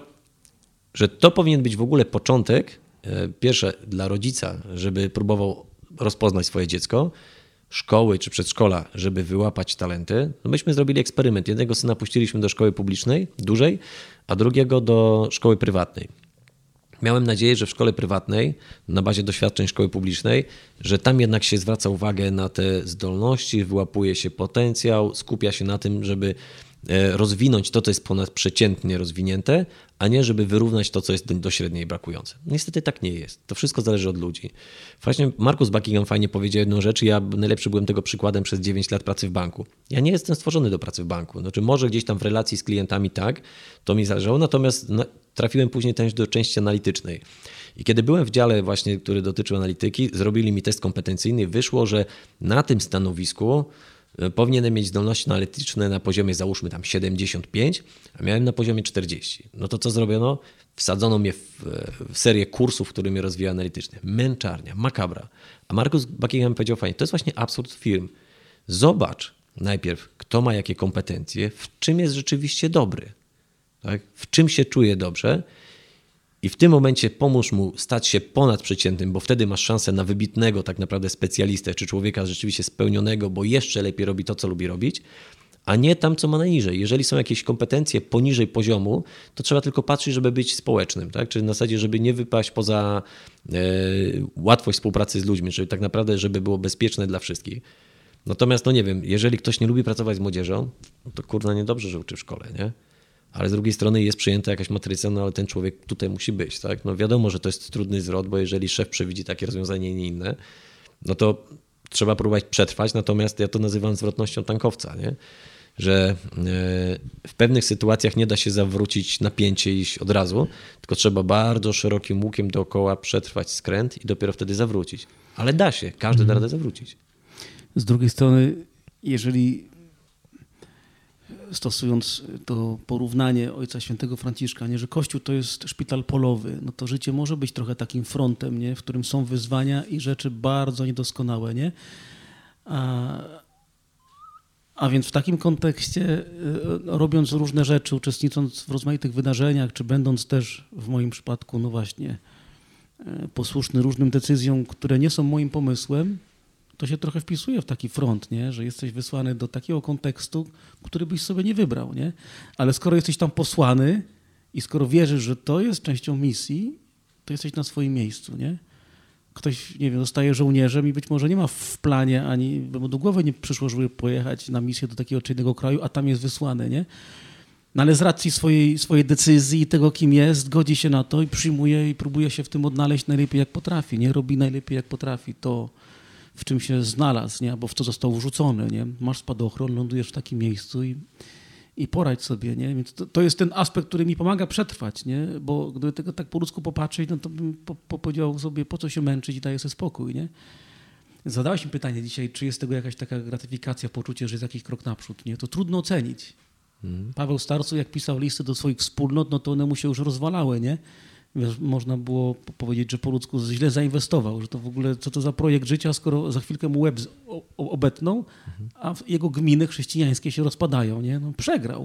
że to powinien być w ogóle początek, e, pierwsze dla rodzica, żeby próbował rozpoznać swoje dziecko, szkoły czy przedszkola, żeby wyłapać talenty. No myśmy zrobili eksperyment. Jednego syna puściliśmy do szkoły publicznej, dużej, a drugiego do szkoły prywatnej. Miałem nadzieję, że w szkole prywatnej, na bazie doświadczeń szkoły publicznej, że tam jednak się zwraca uwagę na te zdolności, wyłapuje się potencjał, skupia się na tym, żeby rozwinąć to, co jest ponadprzeciętnie rozwinięte, a nie żeby wyrównać to, co jest do średniej brakujące. Niestety tak nie jest. To wszystko zależy od ludzi. Właśnie Marcus Buckingham fajnie powiedział jedną rzecz i ja najlepszy byłem tego przykładem przez dziewięć lat pracy w banku. Ja nie jestem stworzony do pracy w banku. Znaczy może gdzieś tam w relacji z klientami tak, to mi zależało, natomiast trafiłem później też do części analitycznej. I kiedy byłem w dziale właśnie, który dotyczył analityki, zrobili mi test kompetencyjny i wyszło, że na tym stanowisku powinienem mieć zdolności analityczne na poziomie załóżmy tam siedemdziesiąt pięć, a miałem na poziomie czterdzieści. No to co zrobiono? Wsadzono mnie w, w serię kursów, które mnie rozwija analitycznie. Męczarnia, makabra. A Marcus Buckingham powiedział fajnie, to jest właśnie absurd firm. Zobacz najpierw, kto ma jakie kompetencje, w czym jest rzeczywiście dobry, tak? W czym się czuje dobrze i w tym momencie pomóż mu stać się ponadprzeciętnym, bo wtedy masz szansę na wybitnego tak naprawdę specjalistę, czy człowieka rzeczywiście spełnionego, bo jeszcze lepiej robi to, co lubi robić, a nie tam, co ma najniżej. Jeżeli są jakieś kompetencje poniżej poziomu, to trzeba tylko patrzeć, żeby być społecznym, tak? Czyli na zasadzie, żeby nie wypaść poza e, łatwość współpracy z ludźmi, żeby tak naprawdę, żeby było bezpieczne dla wszystkich. Natomiast, no nie wiem, jeżeli ktoś nie lubi pracować z młodzieżą, to kurna niedobrze, że uczy w szkole, nie? Ale z drugiej strony jest przyjęta jakaś matryca, no ale ten człowiek tutaj musi być, tak? No wiadomo, że to jest trudny zwrot, bo jeżeli szef przewidzi takie rozwiązanie, nie inne, no to trzeba próbować przetrwać, natomiast ja to nazywam zwrotnością tankowca, nie? Że w pewnych sytuacjach nie da się zawrócić napięcie i iść od razu, tylko trzeba bardzo szerokim łukiem dookoła przetrwać skręt i dopiero wtedy zawrócić. Ale da się, każdy da radę zawrócić. Z drugiej strony, jeżeli stosując to porównanie Ojca Świętego Franciszka, nie, że Kościół to jest szpital polowy, no to życie może być trochę takim frontem, nie, w którym są wyzwania i rzeczy bardzo niedoskonałe, nie? A, a więc w takim kontekście, robiąc różne rzeczy, uczestnicząc w rozmaitych wydarzeniach, czy będąc też w moim przypadku, no właśnie, posłuszny różnym decyzjom, które nie są moim pomysłem, to się trochę wpisuje w taki front, nie? Że jesteś wysłany do takiego kontekstu, który byś sobie nie wybrał, nie? Ale skoro jesteś tam posłany i skoro wierzysz, że to jest częścią misji, to jesteś na swoim miejscu, nie? Ktoś, nie wiem, zostaje żołnierzem i być może nie ma w planie, ani by mu do głowy nie przyszło, żeby pojechać na misję do takiego czy innego kraju, a tam jest wysłany, nie? No ale z racji swojej, swojej decyzji i tego, kim jest, godzi się na to i przyjmuje i próbuje się w tym odnaleźć najlepiej, jak potrafi, nie? Robi najlepiej, jak potrafi to, w czym się znalazł, nie? Albo w co został wrzucony, nie? Masz spadochron, lądujesz w takim miejscu i, i poradź sobie, nie? Więc to, to jest ten aspekt, który mi pomaga przetrwać, nie? Bo gdyby tego tak po ludzku popatrzeć, no to bym po, po powiedział sobie, po co się męczyć i daję sobie spokój, nie? Zadałeś mi pytanie dzisiaj, czy jest tego jakaś taka gratyfikacja, poczucie, że jest jakiś krok naprzód, nie? To trudno ocenić. Hmm. Paweł Starcu, jak pisał listy do swoich wspólnot, no to one mu się już rozwalały, nie? Wiesz, można było powiedzieć, że po ludzku źle zainwestował, że to w ogóle co to za projekt życia, skoro za chwilkę mu łeb obetną, a jego gminy chrześcijańskie się rozpadają, nie? No przegrał.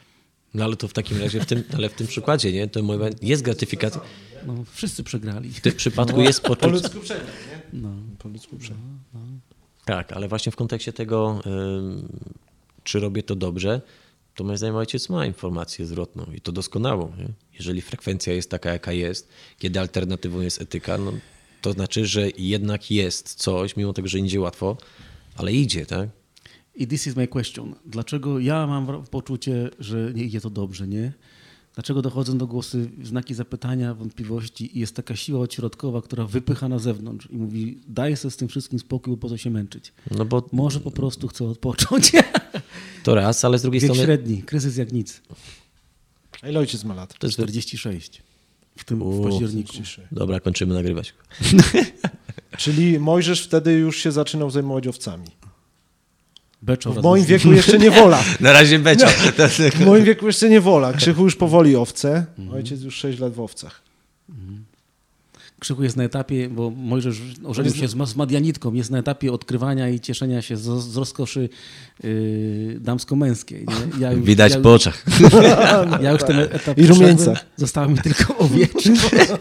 No ale to w takim razie, w tym, ale w tym przykładzie, nie? To jest gratyfikacja. No wszyscy przegrali. W tym przypadku no, jest poczucie... Po ludzku przegrał, nie? No. Po ludzku przegrał. No, no. Tak, ale właśnie w kontekście tego, yy, czy robię to dobrze, to moim zdaniem ojciec ma informację zwrotną i to doskonałą. Nie? Jeżeli frekwencja jest taka, jaka jest, kiedy alternatywą jest etyka, no, to znaczy, że jednak jest coś, mimo tego, że idzie łatwo, ale idzie, tak? I this is my question. Dlaczego ja mam poczucie, że nie idzie to dobrze, nie? Dlaczego dochodzą do głosu znaki zapytania, wątpliwości i jest taka siła odśrodkowa, która wypycha na zewnątrz i mówi, daj sobie z tym wszystkim spokój, bo po co się męczyć? No bo... Może po prostu chcę odpocząć. To raz, ale z drugiej Wiek strony... średni, kryzys jak nic. A ile ojciec ma lat? To jest czterdzieści sześć w tym U, w październiku. Dobra, kończymy nagrywać. Czyli Mojżesz wtedy już się zaczynał zajmować owcami. Beczo w moim wieku jeszcze nie wola. Na razie Beczo. W moim wieku jeszcze nie wola. Krzychu już powoli owce. Ojciec już sześć lat w owcach. Krzychu jest na etapie, bo Mojżesz ożenił się z Madianitką, jest na etapie odkrywania i cieszenia się z, z rozkoszy yy, damsko-męskiej. Nie? Ja już, Widać ja po oczach. Ja już ten etap i rumieńcach. Zostały mi tylko owieczki.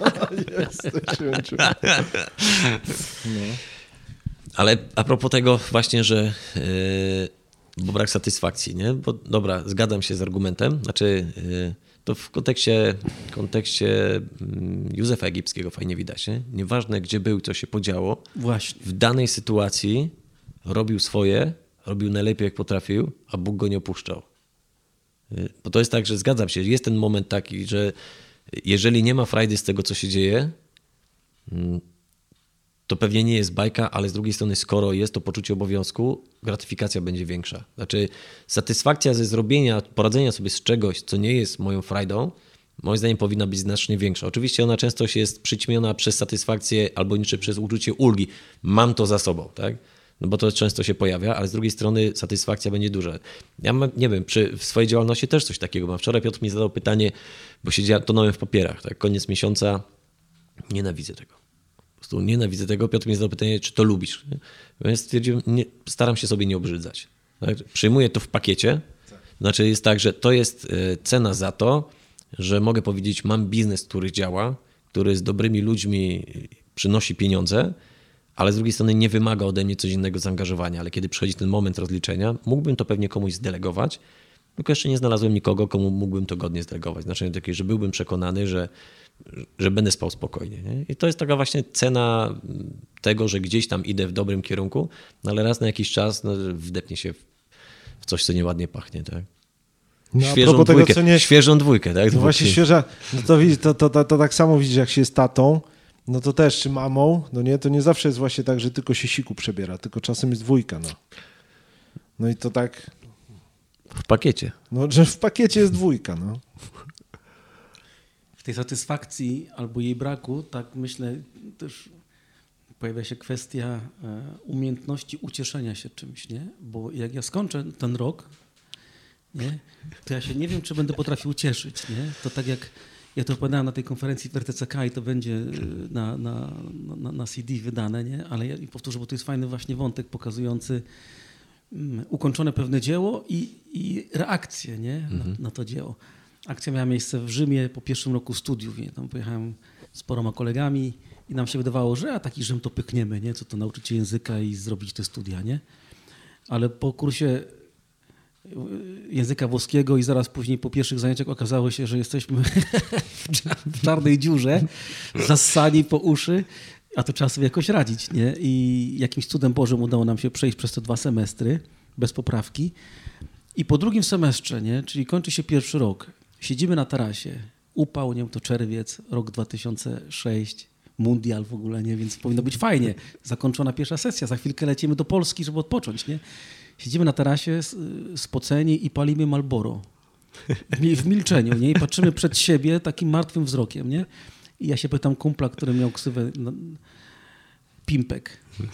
No. Ale a propos tego właśnie, że yy, bo brak satysfakcji, nie? Bo dobra, zgadzam się z argumentem, znaczy yy, to w kontekście, kontekście Józefa Egipskiego fajnie widać, nie? Nieważne gdzie był, co się podziało, właśnie. W danej sytuacji robił swoje, robił najlepiej jak potrafił, a Bóg go nie opuszczał. Bo to jest tak, że zgadzam się, jest ten moment taki, że jeżeli nie ma frajdy z tego, co się dzieje, to pewnie nie jest bajka, ale z drugiej strony, skoro jest to poczucie obowiązku, gratyfikacja będzie większa. Znaczy satysfakcja ze zrobienia, poradzenia sobie z czegoś, co nie jest moją frajdą, moim zdaniem powinna być znacznie większa. Oczywiście ona często się jest przyćmiona przez satysfakcję albo niczy przez uczucie ulgi. Mam to za sobą, tak? No bo to często się pojawia, ale z drugiej strony satysfakcja będzie duża. Ja mam, nie wiem, przy, w swojej działalności też coś takiego mam. Wczoraj Piotr mi zadał pytanie, bo siedziałem, tonąłem w papierach, tak? Koniec miesiąca, nienawidzę tego. Po prostu nienawidzę tego. Piotr mi zadał pytanie, czy to lubisz. Ja stwierdziłem, nie, staram się sobie nie obrzydzać. Tak? Przyjmuję to w pakiecie. Znaczy jest tak, że to jest cena za to, że mogę powiedzieć, mam biznes, który działa, który z dobrymi ludźmi przynosi pieniądze, ale z drugiej strony nie wymaga ode mnie coś innego zaangażowania. Ale kiedy przychodzi ten moment rozliczenia, mógłbym to pewnie komuś zdelegować, tylko jeszcze nie znalazłem nikogo, komu mógłbym to godnie zdelegować. Znaczy takie, że byłbym przekonany, że że będę spał spokojnie. Nie? I to jest taka właśnie cena tego, że gdzieś tam idę w dobrym kierunku, no ale raz na jakiś czas no, wdepnie się w coś, co nieładnie pachnie. Tak? No, świeżą, tego, dwójkę, co nie... świeżą dwójkę. Tak? No właśnie świeża, no to, to, to, to, to tak samo widzisz, jak się jest tatą, no to też, czy mamą, no nie, to nie zawsze jest właśnie tak, że tylko się siku przebiera, tylko czasem jest dwójka. No, no i to tak... W pakiecie. No, że w pakiecie jest dwójka, no. W tej satysfakcji albo jej braku, tak myślę, też pojawia się kwestia umiejętności ucieszenia się czymś, nie? Bo jak ja skończę ten rok nie? To ja się nie wiem, czy będę potrafił cieszyć. Nie? To tak jak ja to opowiadałem na tej konferencji w R T C K i to będzie na, na, na, na C D wydane, nie? Ale ja powtórzę, bo to jest fajny właśnie wątek pokazujący um, ukończone pewne dzieło i, i reakcję, nie? Mhm. Na, na to dzieło. Akcja miała miejsce w Rzymie po pierwszym roku studiów. Nie? Tam pojechałem z paroma kolegami i nam się wydawało, że a taki Rzym to pykniemy, nie? Co to nauczyć się języka i zrobić te studia, nie? Ale po kursie języka włoskiego i zaraz później po pierwszych zajęciach okazało się, że jesteśmy w czarnej dziurze, zassani po uszy, a to trzeba sobie jakoś radzić, nie? I jakimś cudem Bożym udało nam się przejść przez te dwa semestry bez poprawki. I po drugim semestrze, nie? Czyli kończy się pierwszy rok, siedzimy na tarasie, upał, nie wiem, to czerwiec, rok dwa tysiące szósty, mundial w ogóle, nie? Więc powinno być fajnie. Zakończona pierwsza sesja, za chwilkę lecimy do Polski, żeby odpocząć, nie? Siedzimy na tarasie spoceni i palimy Marlboro. W milczeniu, nie? I patrzymy przed siebie takim martwym wzrokiem, nie? I ja się pytam kumpla, który miał ksywę no, Pimpek.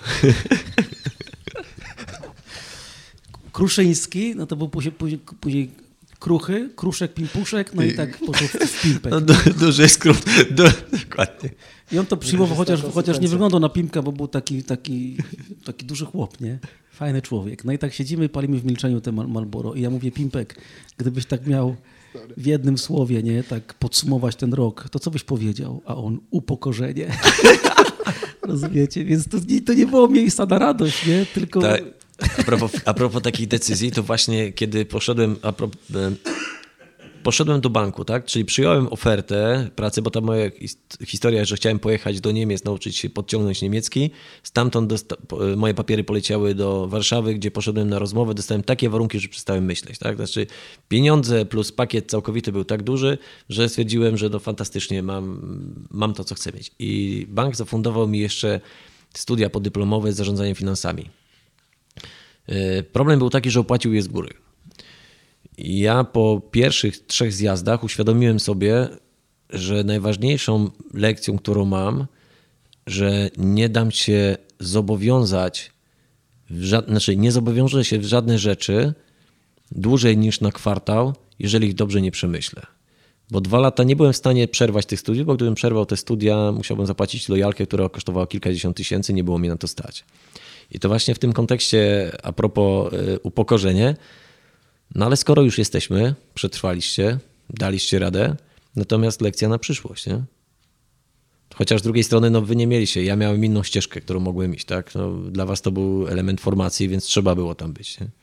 Kruszyński, no to był później, później, później Kruchy, Kruszek, Pimpuszek, no i tak poszło w Pimpek. No, du, duży skrót, du, dokładnie. I on to przyjmował, chociaż, chociaż nie wyglądał na Pimpka, bo był taki, taki, taki duży chłop, nie? Fajny człowiek. No i tak siedzimy i palimy w milczeniu te Marlboro. I ja mówię, Pimpek, gdybyś tak miał w jednym słowie, nie, tak podsumować ten rok, to co byś powiedział? A on, upokorzenie. Rozumiecie? Więc to, to nie było miejsca na radość, nie? Tylko... Ta, a, propos, a propos takich decyzji, to właśnie kiedy poszedłem... A propos, Poszedłem do banku, tak? Czyli przyjąłem ofertę pracy, bo ta moja historia, że chciałem pojechać do Niemiec, nauczyć się podciągnąć niemiecki. Stamtąd dosta- moje papiery poleciały do Warszawy, gdzie poszedłem na rozmowę. Dostałem takie warunki, że przestałem myśleć, tak? Znaczy pieniądze plus pakiet całkowity był tak duży, że stwierdziłem, że no fantastycznie, mam, mam to, co chcę mieć. I bank zafundował mi jeszcze studia podyplomowe z zarządzaniem finansami. Problem był taki, że opłacił je z góry. Ja po pierwszych trzech zjazdach uświadomiłem sobie, że najważniejszą lekcją, którą mam, że nie dam się zobowiązać, w ża- znaczy nie zobowiążę się w żadne rzeczy dłużej niż na kwartał, jeżeli ich dobrze nie przemyślę. Bo dwa lata nie byłem w stanie przerwać tych studiów, bo gdybym przerwał te studia, musiałbym zapłacić lojalkę, która kosztowała kilkadziesiąt tysięcy, nie było mi na to stać. I to właśnie w tym kontekście, a propos y, upokorzenie, no ale skoro już jesteśmy, przetrwaliście, daliście radę, natomiast lekcja na przyszłość, nie? Chociaż z drugiej strony, no wy nie mieliście, ja miałem inną ścieżkę, którą mogłem iść, tak? No, dla was to był element formacji, więc trzeba było tam być, nie?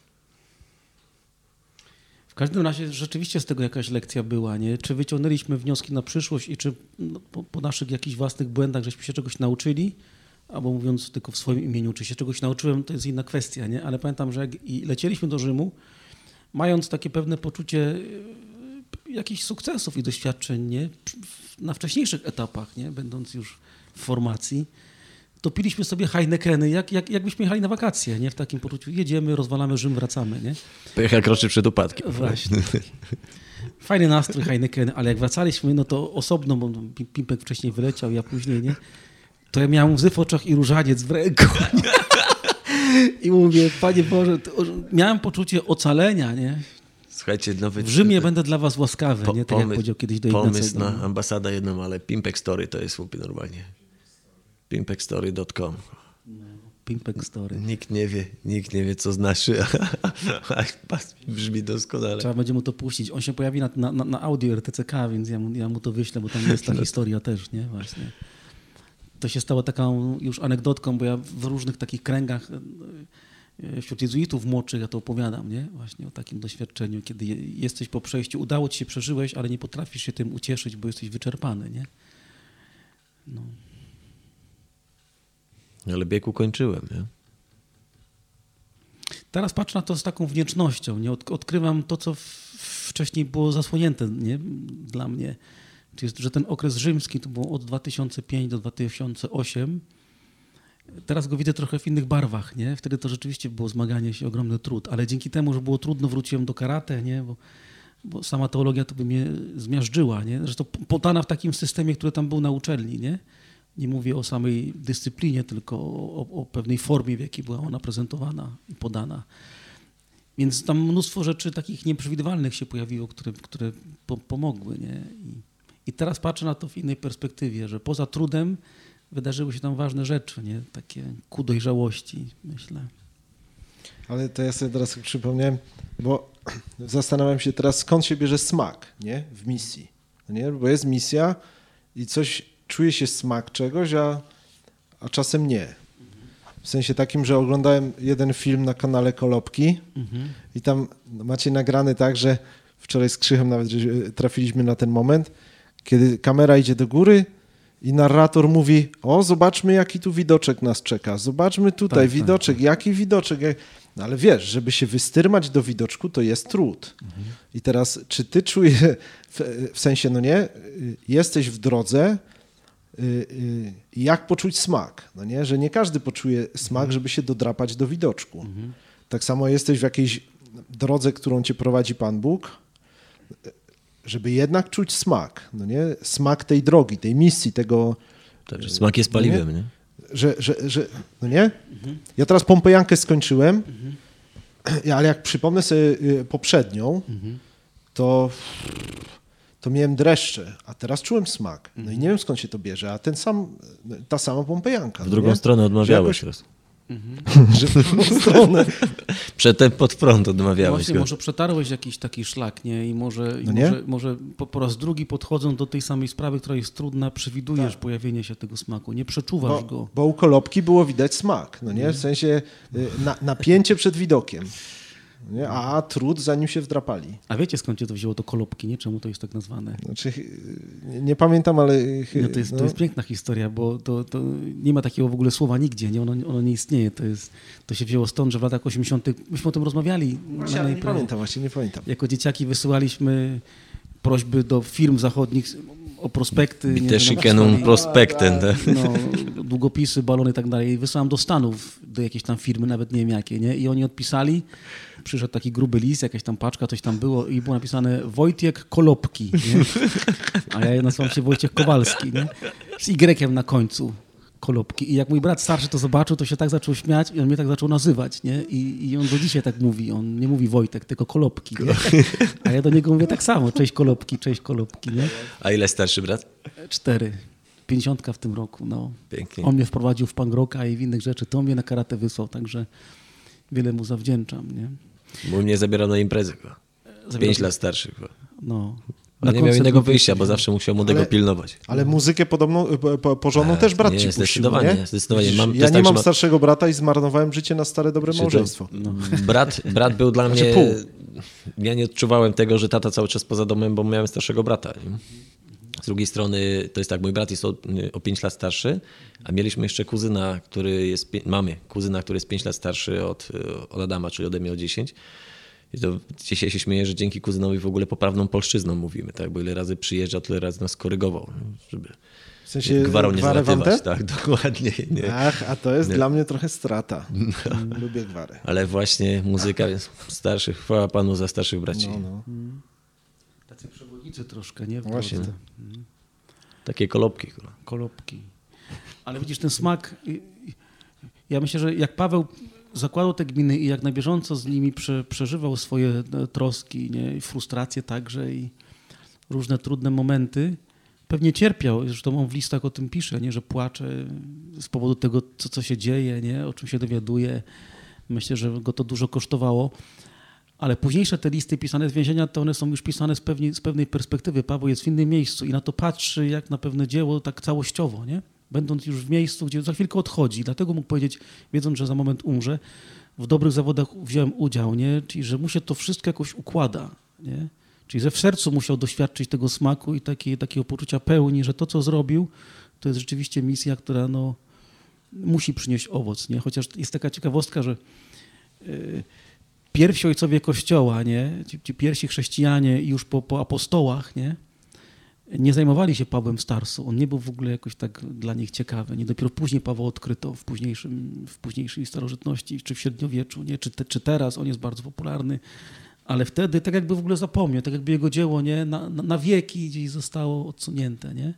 W każdym razie rzeczywiście z tego jakaś lekcja była, nie? Czy wyciągnęliśmy wnioski na przyszłość i czy no, po, po naszych jakichś własnych błędach żeśmy się czegoś nauczyli? Albo mówiąc tylko w swoim imieniu, czy się czegoś nauczyłem, to jest inna kwestia, nie? Ale pamiętam, że jak i lecieliśmy do Rzymu, mając takie pewne poczucie jakichś sukcesów i doświadczeń, nie? Na wcześniejszych etapach, nie? Będąc już w formacji, to piliśmy sobie Heinekeny, jak, jak, jakbyśmy jechali na wakacje, nie? W takim poczuciu jedziemy, rozwalamy Rzym, wracamy, nie? Pojechał kroczy przed upadkiem. Właśnie. Fajny nastrój Heinekeny, ale jak wracaliśmy, no to osobno, bo Pimpek wcześniej wyleciał, ja później, nie? To ja miałem łzy w oczach i różaniec w ręku. I mówię, Panie Boże, miałem poczucie ocalenia, nie? Słuchajcie, nowy... W Rzymie będę dla was łaskawy, po, nie? Tak pomysł, jak powiedział kiedyś do Ignacego. Pomysł na ambasadę jedną, ale Pimpek Story to jest słupy normalnie. pimpek story kropka com. No, Pimpek Story. Nikt nie wie, nikt nie wie, co znaczy, a brzmi doskonale. Trzeba będzie mu to puścić. On się pojawi na, na, na audio R T C K, więc ja mu, ja mu to wyślę, bo tam jest ta historia też, nie? Właśnie. To się stało taką już anegdotką, bo ja w różnych takich kręgach wśród jezuitów młodszych ja to opowiadam, nie? Właśnie o takim doświadczeniu, kiedy jesteś po przejściu, udało ci się, przeżyłeś, ale nie potrafisz się tym ucieszyć, bo jesteś wyczerpany, nie? No. Ale bieg ukończyłem, nie? Teraz patrzę na to z taką wdzięcznością, nie? Odkrywam to, co wcześniej było zasłonięte, nie? Dla mnie. Czyli, że ten okres rzymski to było od dwa tysiące piątego do dwa tysiące ósmego. Teraz go widzę trochę w innych barwach, nie? Wtedy to rzeczywiście było zmaganie się, ogromny trud, ale dzięki temu, że było trudno, wróciłem do karate, nie? Bo, bo sama teologia to by mnie zmiażdżyła, nie? Zresztą podana w takim systemie, który tam był na uczelni, nie? Nie mówię o samej dyscyplinie, tylko o, o pewnej formie, w jakiej była ona prezentowana i podana. Więc tam mnóstwo rzeczy takich nieprzewidywalnych się pojawiło, które, które po, pomogły. Nie? I, I teraz patrzę na to w innej perspektywie, że poza trudem wydarzyły się tam ważne rzeczy, nie? Takie ku dojrzałości, myślę. Ale to ja sobie teraz przypomniałem, bo zastanawiam się teraz, skąd się bierze smak, nie? W misji. Nie? Bo jest misja i coś, czuje się smak czegoś, a, a czasem nie. W sensie takim, że oglądałem jeden film na kanale Kolopki mhm. i tam macie nagrany tak, że wczoraj z Krzychem nawet że trafiliśmy na ten moment, kiedy kamera idzie do góry i narrator mówi, o zobaczmy jaki tu widoczek nas czeka, zobaczmy tutaj tak, widoczek, tak. jaki widoczek. No ale wiesz, żeby się wystyrmać do widoczku, to jest trud. Mhm. I teraz, czy ty czujesz, w, w sensie, no nie, jesteś w drodze, jak poczuć smak, no nie? Że nie każdy poczuje smak, żeby się dodrapać do widoczku. Mhm. Tak samo jesteś w jakiejś drodze, którą cię prowadzi Pan Bóg, żeby jednak czuć smak, no nie? Smak tej drogi, tej misji, tego... Tak, że smak jest paliwem, nie? nie? Że, że, że, no nie? Mhm. Ja teraz Pompejankę skończyłem, mhm. ale jak przypomnę sobie poprzednią, mhm. to... to miałem dreszcze, a teraz czułem smak. No i nie wiem, skąd się to bierze, a ten sam, ta sama Pompejanka. W drugą nie? stronę odmawiałeś teraz. Mhm. Że w drugą stronę. Przedtem pod prąd odmawiałeś. No właśnie, go. Może przetarłeś jakiś taki szlak, nie? I może, no i nie? może, może po, po raz drugi podchodząc do tej samej sprawy, która jest trudna, przewidujesz tak. pojawienie się tego smaku, nie przeczuwasz bo, go. Bo u Kolopki było widać smak, no nie? W sensie na, napięcie przed widokiem. Nie? A trud, zanim się wdrapali. A wiecie, skąd się to wzięło, to Kolopki, nie? Czemu to jest tak nazwane? Znaczy, nie, nie pamiętam, ale... No to, jest, no. to jest piękna historia, bo to, to nie ma takiego w ogóle słowa nigdzie, nie? Ono, ono nie istnieje. To, jest, to się wzięło stąd, że w latach osiemdziesiątych myśmy o tym rozmawiali. Właśnie, ale nie pamiętam, właśnie nie pamiętam. Jako dzieciaki wysyłaliśmy prośby do firm zachodnich o prospekty. Biteszykenum prospekten. No, długopisy, balony i tak dalej. Wysyłam do Stanów, do jakiejś tam firmy, nawet nie wiem jakie, nie? I oni odpisali, przyszedł taki gruby list, jakaś tam paczka, coś tam było i było napisane Wojciech Kolopki, nie? A ja nazywam się Wojciech Kowalski, nie? Z Y na końcu. Kolopki. I jak mój brat starszy to zobaczył, to się tak zaczął śmiać i on mnie tak zaczął nazywać, nie? I, i on do dzisiaj tak mówi. On nie mówi Wojtek, tylko Kolopki, nie? A ja do niego mówię tak samo. Cześć Kolopki, cześć Kolopki, nie? A ile starszy brat? Cztery. Pięćdziesiątka w tym roku, no. Pięknie. On mnie wprowadził w punk rocka i w innych rzeczy. To mnie na karate wysłał, także wiele mu zawdzięczam, nie? Bo mnie zabierał na imprezy. Pięć lat starszy. No. Ale nie miał innego wyjścia, bo zawsze musiał młodego ale, pilnować. Ale muzykę podobną, po, porządną też brat nie, ci puścił, zdecydowanie, nie? Zdecydowanie. Mam, ja nie tak, mam ma... starszego brata i zmarnowałem życie na stare, dobre małżeństwo. No. Brat, brat był dla znaczy mnie... pół. Ja nie odczuwałem tego, że tata cały czas poza domem, bo miałem starszego brata. Nie? Z drugiej strony to jest tak, mój brat jest o, o pięć lat starszy, a mieliśmy jeszcze kuzyna, który jest... Mamy kuzyna, który jest pięć lat starszy od, od Adama, czyli ode mnie o dziesięć. I to dzisiaj się śmieję, że dzięki kuzynowi w ogóle poprawną polszczyzną mówimy, tak? Bo ile razy przyjeżdżał, tyle razy nas korygował, żeby w sensie gwarą nie zalatywać. Te? Tak, dokładnie. Nie. Ach, a to jest nie. Dla mnie trochę strata. No. Lubię gwarę. Ale właśnie muzyka jest starszych, chwała Panu za starszych braci. No, no. Hmm. Tacy przewodnicy troszkę, nie? W właśnie. Hmm. Takie kolopki. Kolopki. Ale widzisz, ten smak... Ja myślę, że jak Paweł zakładał te gminy i jak na bieżąco z nimi prze, przeżywał swoje troski, nie? I frustracje także i różne trudne momenty, pewnie cierpiał. Zresztą on w listach o tym pisze, nie? Że płacze z powodu tego, co, co się dzieje, nie? O czym się dowiaduje. Myślę, że go to dużo kosztowało. Ale późniejsze te listy pisane z więzienia, to one są już pisane z, pewni, z pewnej perspektywy. Paweł jest w innym miejscu i na to patrzy jak na pewne dzieło tak całościowo, nie? Będąc już w miejscu, gdzie za chwilkę odchodzi. Dlatego mógł powiedzieć, wiedząc, że za moment umrze, w dobrych zawodach wziąłem udział, nie? Czyli że mu się to wszystko jakoś układa, nie? Czyli że w sercu musiał doświadczyć tego smaku i takie, takiego poczucia pełni, że to, co zrobił, to jest rzeczywiście misja, która no, musi przynieść owoc, nie? Chociaż jest taka ciekawostka, że yy, pierwsi ojcowie Kościoła, nie? Ci, ci pierwsi chrześcijanie już po, po apostołach, nie? Nie zajmowali się Pawłem z Tarsu. On nie był w ogóle jakoś tak dla nich ciekawy. Nie dopiero później Pawła odkryto w, późniejszym, w późniejszej starożytności, czy w średniowieczu, nie? Czy, te, czy teraz. On jest bardzo popularny. Ale wtedy tak jakby w ogóle zapomniał, tak jakby jego dzieło nie? Na, na, na wieki gdzieś zostało odsunięte. Nie?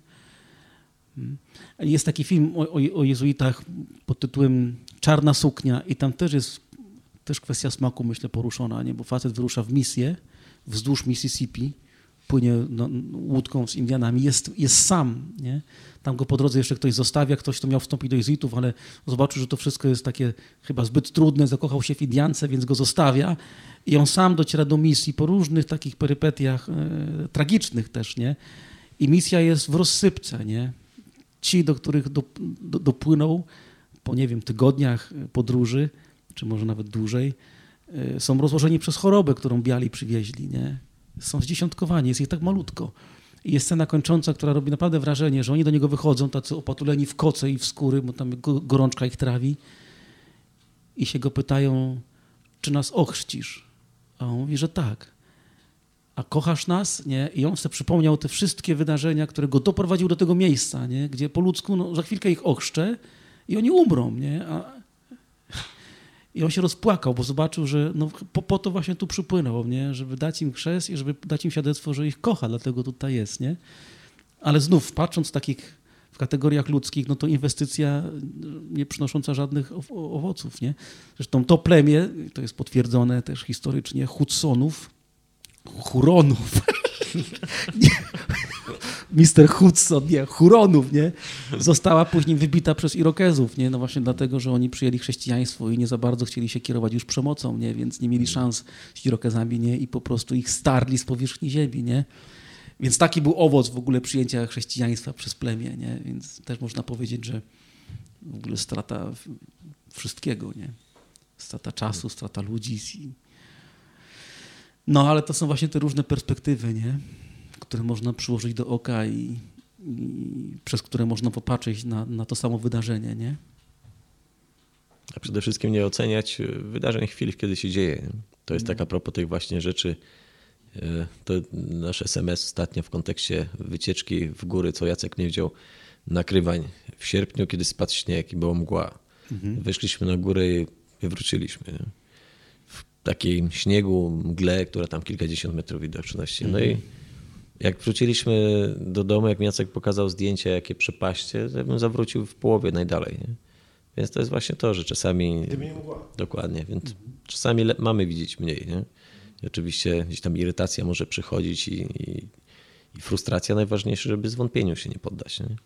Jest taki film o, o, o jezuitach pod tytułem Czarna suknia i tam też jest też kwestia smaku, myślę, poruszona, nie? Bo facet wyrusza w misję wzdłuż Mississippi, płynie no, łódką z Indianami, jest, jest sam, nie? Tam go po drodze jeszcze ktoś zostawia, ktoś, kto miał wstąpić do jezuitów, ale zobaczył, że to wszystko jest takie chyba zbyt trudne, zakochał się w Indiance, więc go zostawia i on sam dociera do misji po różnych takich perypetiach e, tragicznych też, nie? I misja jest w rozsypce, nie? Ci, do których do, do, dopłynął po, nie wiem, tygodniach podróży, czy może nawet dłużej, e, są rozłożeni przez chorobę, którą biali przywieźli, nie? Są zdziesiątkowani, jest ich tak malutko. I jest scena kończąca, która robi naprawdę wrażenie, że oni do niego wychodzą, tacy opatuleni w koce i w skóry, bo tam gorączka ich trawi i się go pytają, czy nas ochrzcisz? A on mówi, że tak. A kochasz nas? Nie? I on sobie przypomniał te wszystkie wydarzenia, które go doprowadziły do tego miejsca, nie? Gdzie po ludzku no, za chwilkę ich ochrzczę i oni umrą. Nie? A... I on się rozpłakał, bo zobaczył, że no, po, po to właśnie tu przypłynął, nie? Żeby dać im chrzest i żeby dać im świadectwo, że ich kocha, dlatego tutaj jest. Nie? Ale znów, patrząc w takich w kategoriach ludzkich, no to inwestycja nie przynosząca żadnych owoców. Nie? Zresztą to plemię, to jest potwierdzone też historycznie, Hudsonów, Huronów, mister Hudson, nie, Huronów, nie, została później wybita przez Irokezów, nie, no właśnie dlatego, że oni przyjęli chrześcijaństwo i nie za bardzo chcieli się kierować już przemocą, nie, więc nie mieli szans z Irokezami, nie, i po prostu ich starli z powierzchni ziemi, nie. Więc taki był owoc w ogóle przyjęcia chrześcijaństwa przez plemię, nie, więc też można powiedzieć, że w ogóle strata wszystkiego, nie, strata czasu, strata ludzi. No, ale to są właśnie te różne perspektywy, nie? Które można przyłożyć do oka i, i przez które można popatrzeć na, na to samo wydarzenie, nie? A przede wszystkim nie oceniać wydarzeń chwili, kiedy się dzieje. To jest tak a propos tych właśnie rzeczy. To nasz es em es ostatnio w kontekście wycieczki w góry, co Jacek mnie wziął, nakrywań w sierpniu, kiedy spadł śnieg i była mgła. Mhm. Wyszliśmy na górę i wywróciliśmy. Nie? Takiej śniegu, mgle, która tam kilkadziesiąt metrów widoczności. No i jak wróciliśmy do domu, jak mi Jacek pokazał zdjęcia, jakie przepaście, to ja bym zawrócił w połowie najdalej. Nie? Więc to jest właśnie to, że czasami... Gdyby nie mgła. Dokładnie, więc mhm. czasami le- mamy widzieć mniej. Nie? I oczywiście gdzieś tam irytacja może przychodzić i, i, i frustracja. Najważniejsze, żeby zwątpieniu się nie poddać. Nie?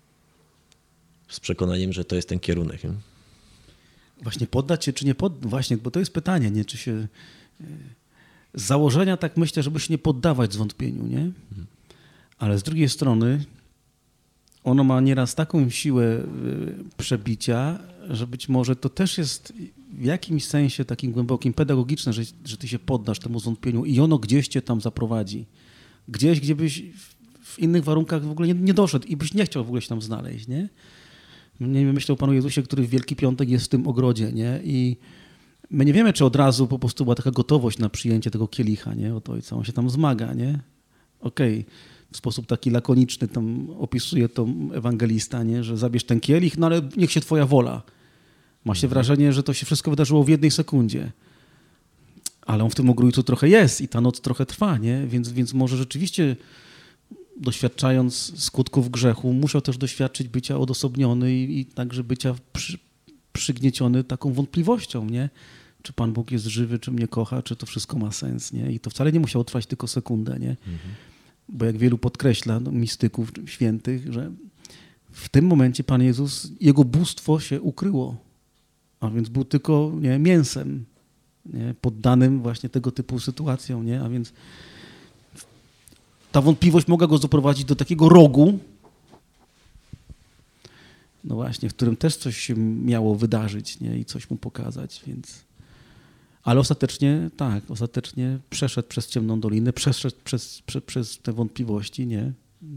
Z przekonaniem, że to jest ten kierunek. Nie? Właśnie poddać się, czy nie poddać? Właśnie, bo to jest pytanie, nie? Czy się... Z założenia tak myślę, żeby się nie poddawać zwątpieniu, nie? Ale z drugiej strony ono ma nieraz taką siłę przebicia, że być może to też jest w jakimś sensie takim głębokim, pedagogiczne, że, że ty się poddasz temu zwątpieniu i ono gdzieś cię tam zaprowadzi. Gdzieś, gdzie byś w innych warunkach w ogóle nie, nie doszedł i byś nie chciał w ogóle się tam znaleźć, nie? Nie wiem, myślę o Panu Jezusie, który w Wielki Piątek jest w tym ogrodzie, nie? I my nie wiemy, czy od razu po prostu była taka gotowość na przyjęcie tego kielicha, nie? Od Ojca. On się tam zmaga, nie? Okej, okay. W sposób taki lakoniczny tam opisuje to ewangelista, nie? Że zabierz ten kielich, no ale niech się Twoja wola. Ma się wrażenie, że to się wszystko wydarzyło w jednej sekundzie. Ale on w tym ogrójcu trochę jest i ta noc trochę trwa, nie? Więc, więc może rzeczywiście doświadczając skutków grzechu, musiał też doświadczyć bycia odosobniony i, i także bycia przy, przygnieciony taką wątpliwością, nie? Czy Pan Bóg jest żywy, czy mnie kocha, czy to wszystko ma sens, nie? I to wcale nie musiało trwać tylko sekundę, nie? Mhm. Bo jak wielu podkreśla, no, mistyków świętych, że w tym momencie Pan Jezus, Jego bóstwo się ukryło, a więc był tylko, nie, mięsem, nie? Poddanym właśnie tego typu sytuacjom, nie? A więc ta wątpliwość mogła go doprowadzić do takiego rogu, no właśnie, w którym też coś się miało wydarzyć, nie? I coś mu pokazać, więc... Ale ostatecznie, tak, ostatecznie przeszedł przez ciemną dolinę, przeszedł przez, przez, przez te wątpliwości, nie?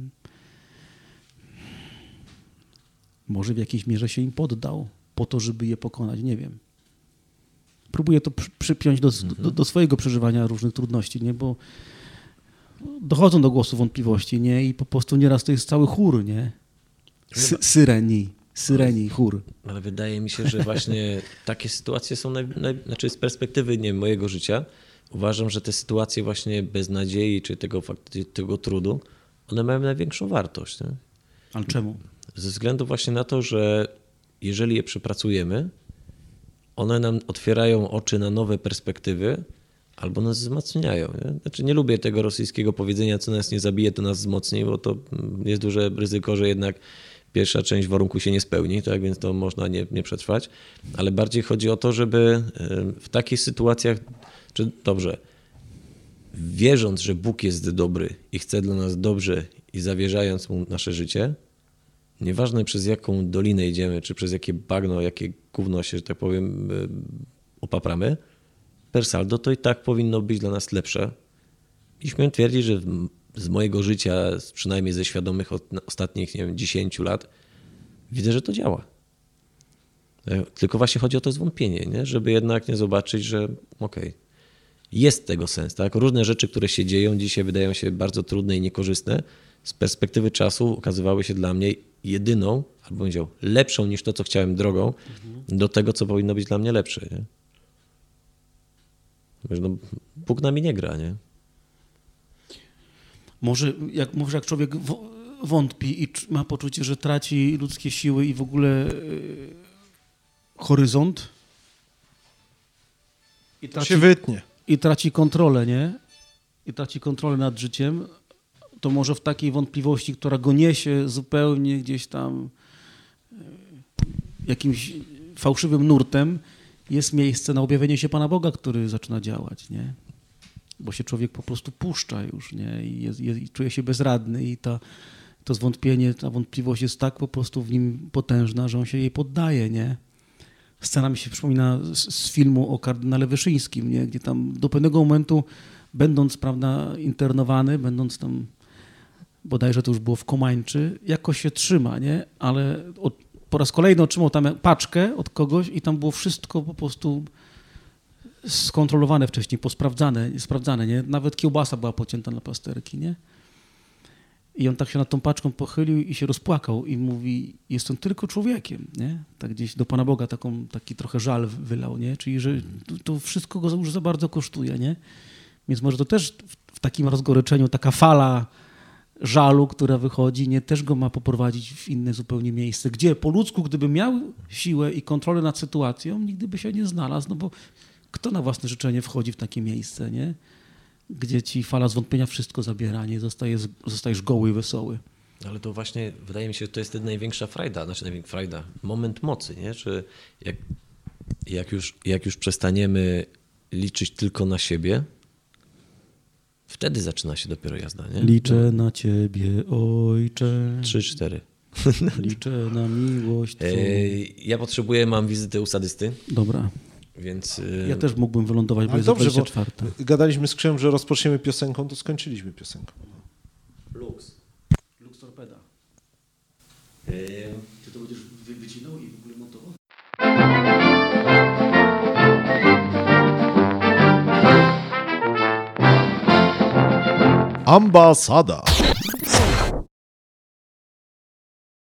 Może w jakiejś mierze się im poddał po to, żeby je pokonać, nie wiem. Próbuję to przy, przypiąć do, mhm. do, do swojego przeżywania różnych trudności, nie? Bo dochodzą do głosu wątpliwości, nie? I po prostu nieraz to jest cały chór, nie? Sy- syreni, syreni, chór. Ale wydaje mi się, że właśnie takie sytuacje są, naj, naj, znaczy z perspektywy, nie, mojego życia, uważam, że te sytuacje właśnie beznadziei, czy tego, tego trudu, one mają największą wartość. Nie? Ale czemu? Ze względu właśnie na to, że jeżeli je przepracujemy, one nam otwierają oczy na nowe perspektywy albo nas wzmacniają. Nie? Znaczy nie lubię tego rosyjskiego powiedzenia, co nas nie zabije, to nas wzmocni, bo to jest duże ryzyko, że jednak pierwsza część warunku się nie spełni, tak więc to można nie, nie przetrwać, ale bardziej chodzi o to, żeby w takich sytuacjach, czy dobrze, wierząc, że Bóg jest dobry i chce dla nas dobrze i zawierzając Mu nasze życie, nieważne przez jaką dolinę idziemy, czy przez jakie bagno, jakie gówno się, że tak powiem, opapramy, per saldo to i tak powinno być dla nas lepsze. I śmiem twierdzić, że z mojego życia, przynajmniej ze świadomych ostatnich, nie wiem, dziesięciu lat, widzę, że to działa. Tylko właśnie chodzi o to zwątpienie, nie? Żeby jednak nie zobaczyć, że okej, okay, jest tego sens. Tak? Różne rzeczy, które się dzieją, dzisiaj wydają się bardzo trudne i niekorzystne, z perspektywy czasu okazywały się dla mnie jedyną, albo powiedział, lepszą niż to, co chciałem drogą, mhm. do tego, co powinno być dla mnie lepsze. Nie? No, Bóg nami nie gra, nie? Może jak, może jak człowiek wątpi i ma poczucie, że traci ludzkie siły i w ogóle yy, horyzont i traci, się wytnie. I traci kontrolę, nie? I traci kontrolę nad życiem, to może w takiej wątpliwości, która go niesie zupełnie gdzieś tam yy, jakimś fałszywym nurtem, jest miejsce na objawienie się Pana Boga, który zaczyna działać, nie? Bo się człowiek po prostu puszcza już, nie? I, jest, jest, i czuje się bezradny i ta, to zwątpienie, ta wątpliwość jest tak po prostu w nim potężna, że on się jej poddaje, nie? Scena mi się przypomina z, z filmu o kardynale Wyszyńskim, nie? Gdzie tam do pewnego momentu, będąc, prawda, internowany, będąc tam, bodajże to już było w Komańczy, jakoś się trzyma, nie? Ale od, po raz kolejny otrzymał tam paczkę od kogoś i tam było wszystko po prostu skontrolowane wcześniej, posprawdzane, sprawdzane, nie? Nawet kiełbasa była pocięta na plasterki, nie? I on tak się nad tą paczką pochylił i się rozpłakał i mówi, jestem tylko człowiekiem, nie? Tak gdzieś do Pana Boga taką, taki trochę żal wylał, nie? Czyli, że to wszystko go już za bardzo kosztuje, nie? Więc może to też w takim rozgoryczeniu taka fala żalu, która wychodzi, nie, też go ma poprowadzić w inne zupełnie miejsce, gdzie po ludzku, gdyby miał siłę i kontrolę nad sytuacją, nigdy by się nie znalazł, no bo kto na własne życzenie wchodzi w takie miejsce, nie? Gdzie ci fala zwątpienia wszystko zabiera, nie? Zostajesz, zostajesz goły i wesoły. Ale to właśnie, wydaje mi się, że to jest największa frajda, znaczy największa frajda, moment mocy, nie? Czy jak, jak, już, jak już przestaniemy liczyć tylko na siebie, wtedy zaczyna się dopiero jazda, nie? Liczę na Ciebie, Ojcze. Trzy, cztery. Liczę na miłość Twą. Ja potrzebuję, mam wizytę u sadysty. Dobra. Więc... Ja też mógłbym wylądować, bo Ale jest dobrze, dwudziesta czwarta. Gadaliśmy z Krzem, że rozpoczniemy piosenką, to skończyliśmy piosenką. Lux. Lux Torpeda. Eee... Ty to będziesz wycinał i w ogóle montował? Ambasada.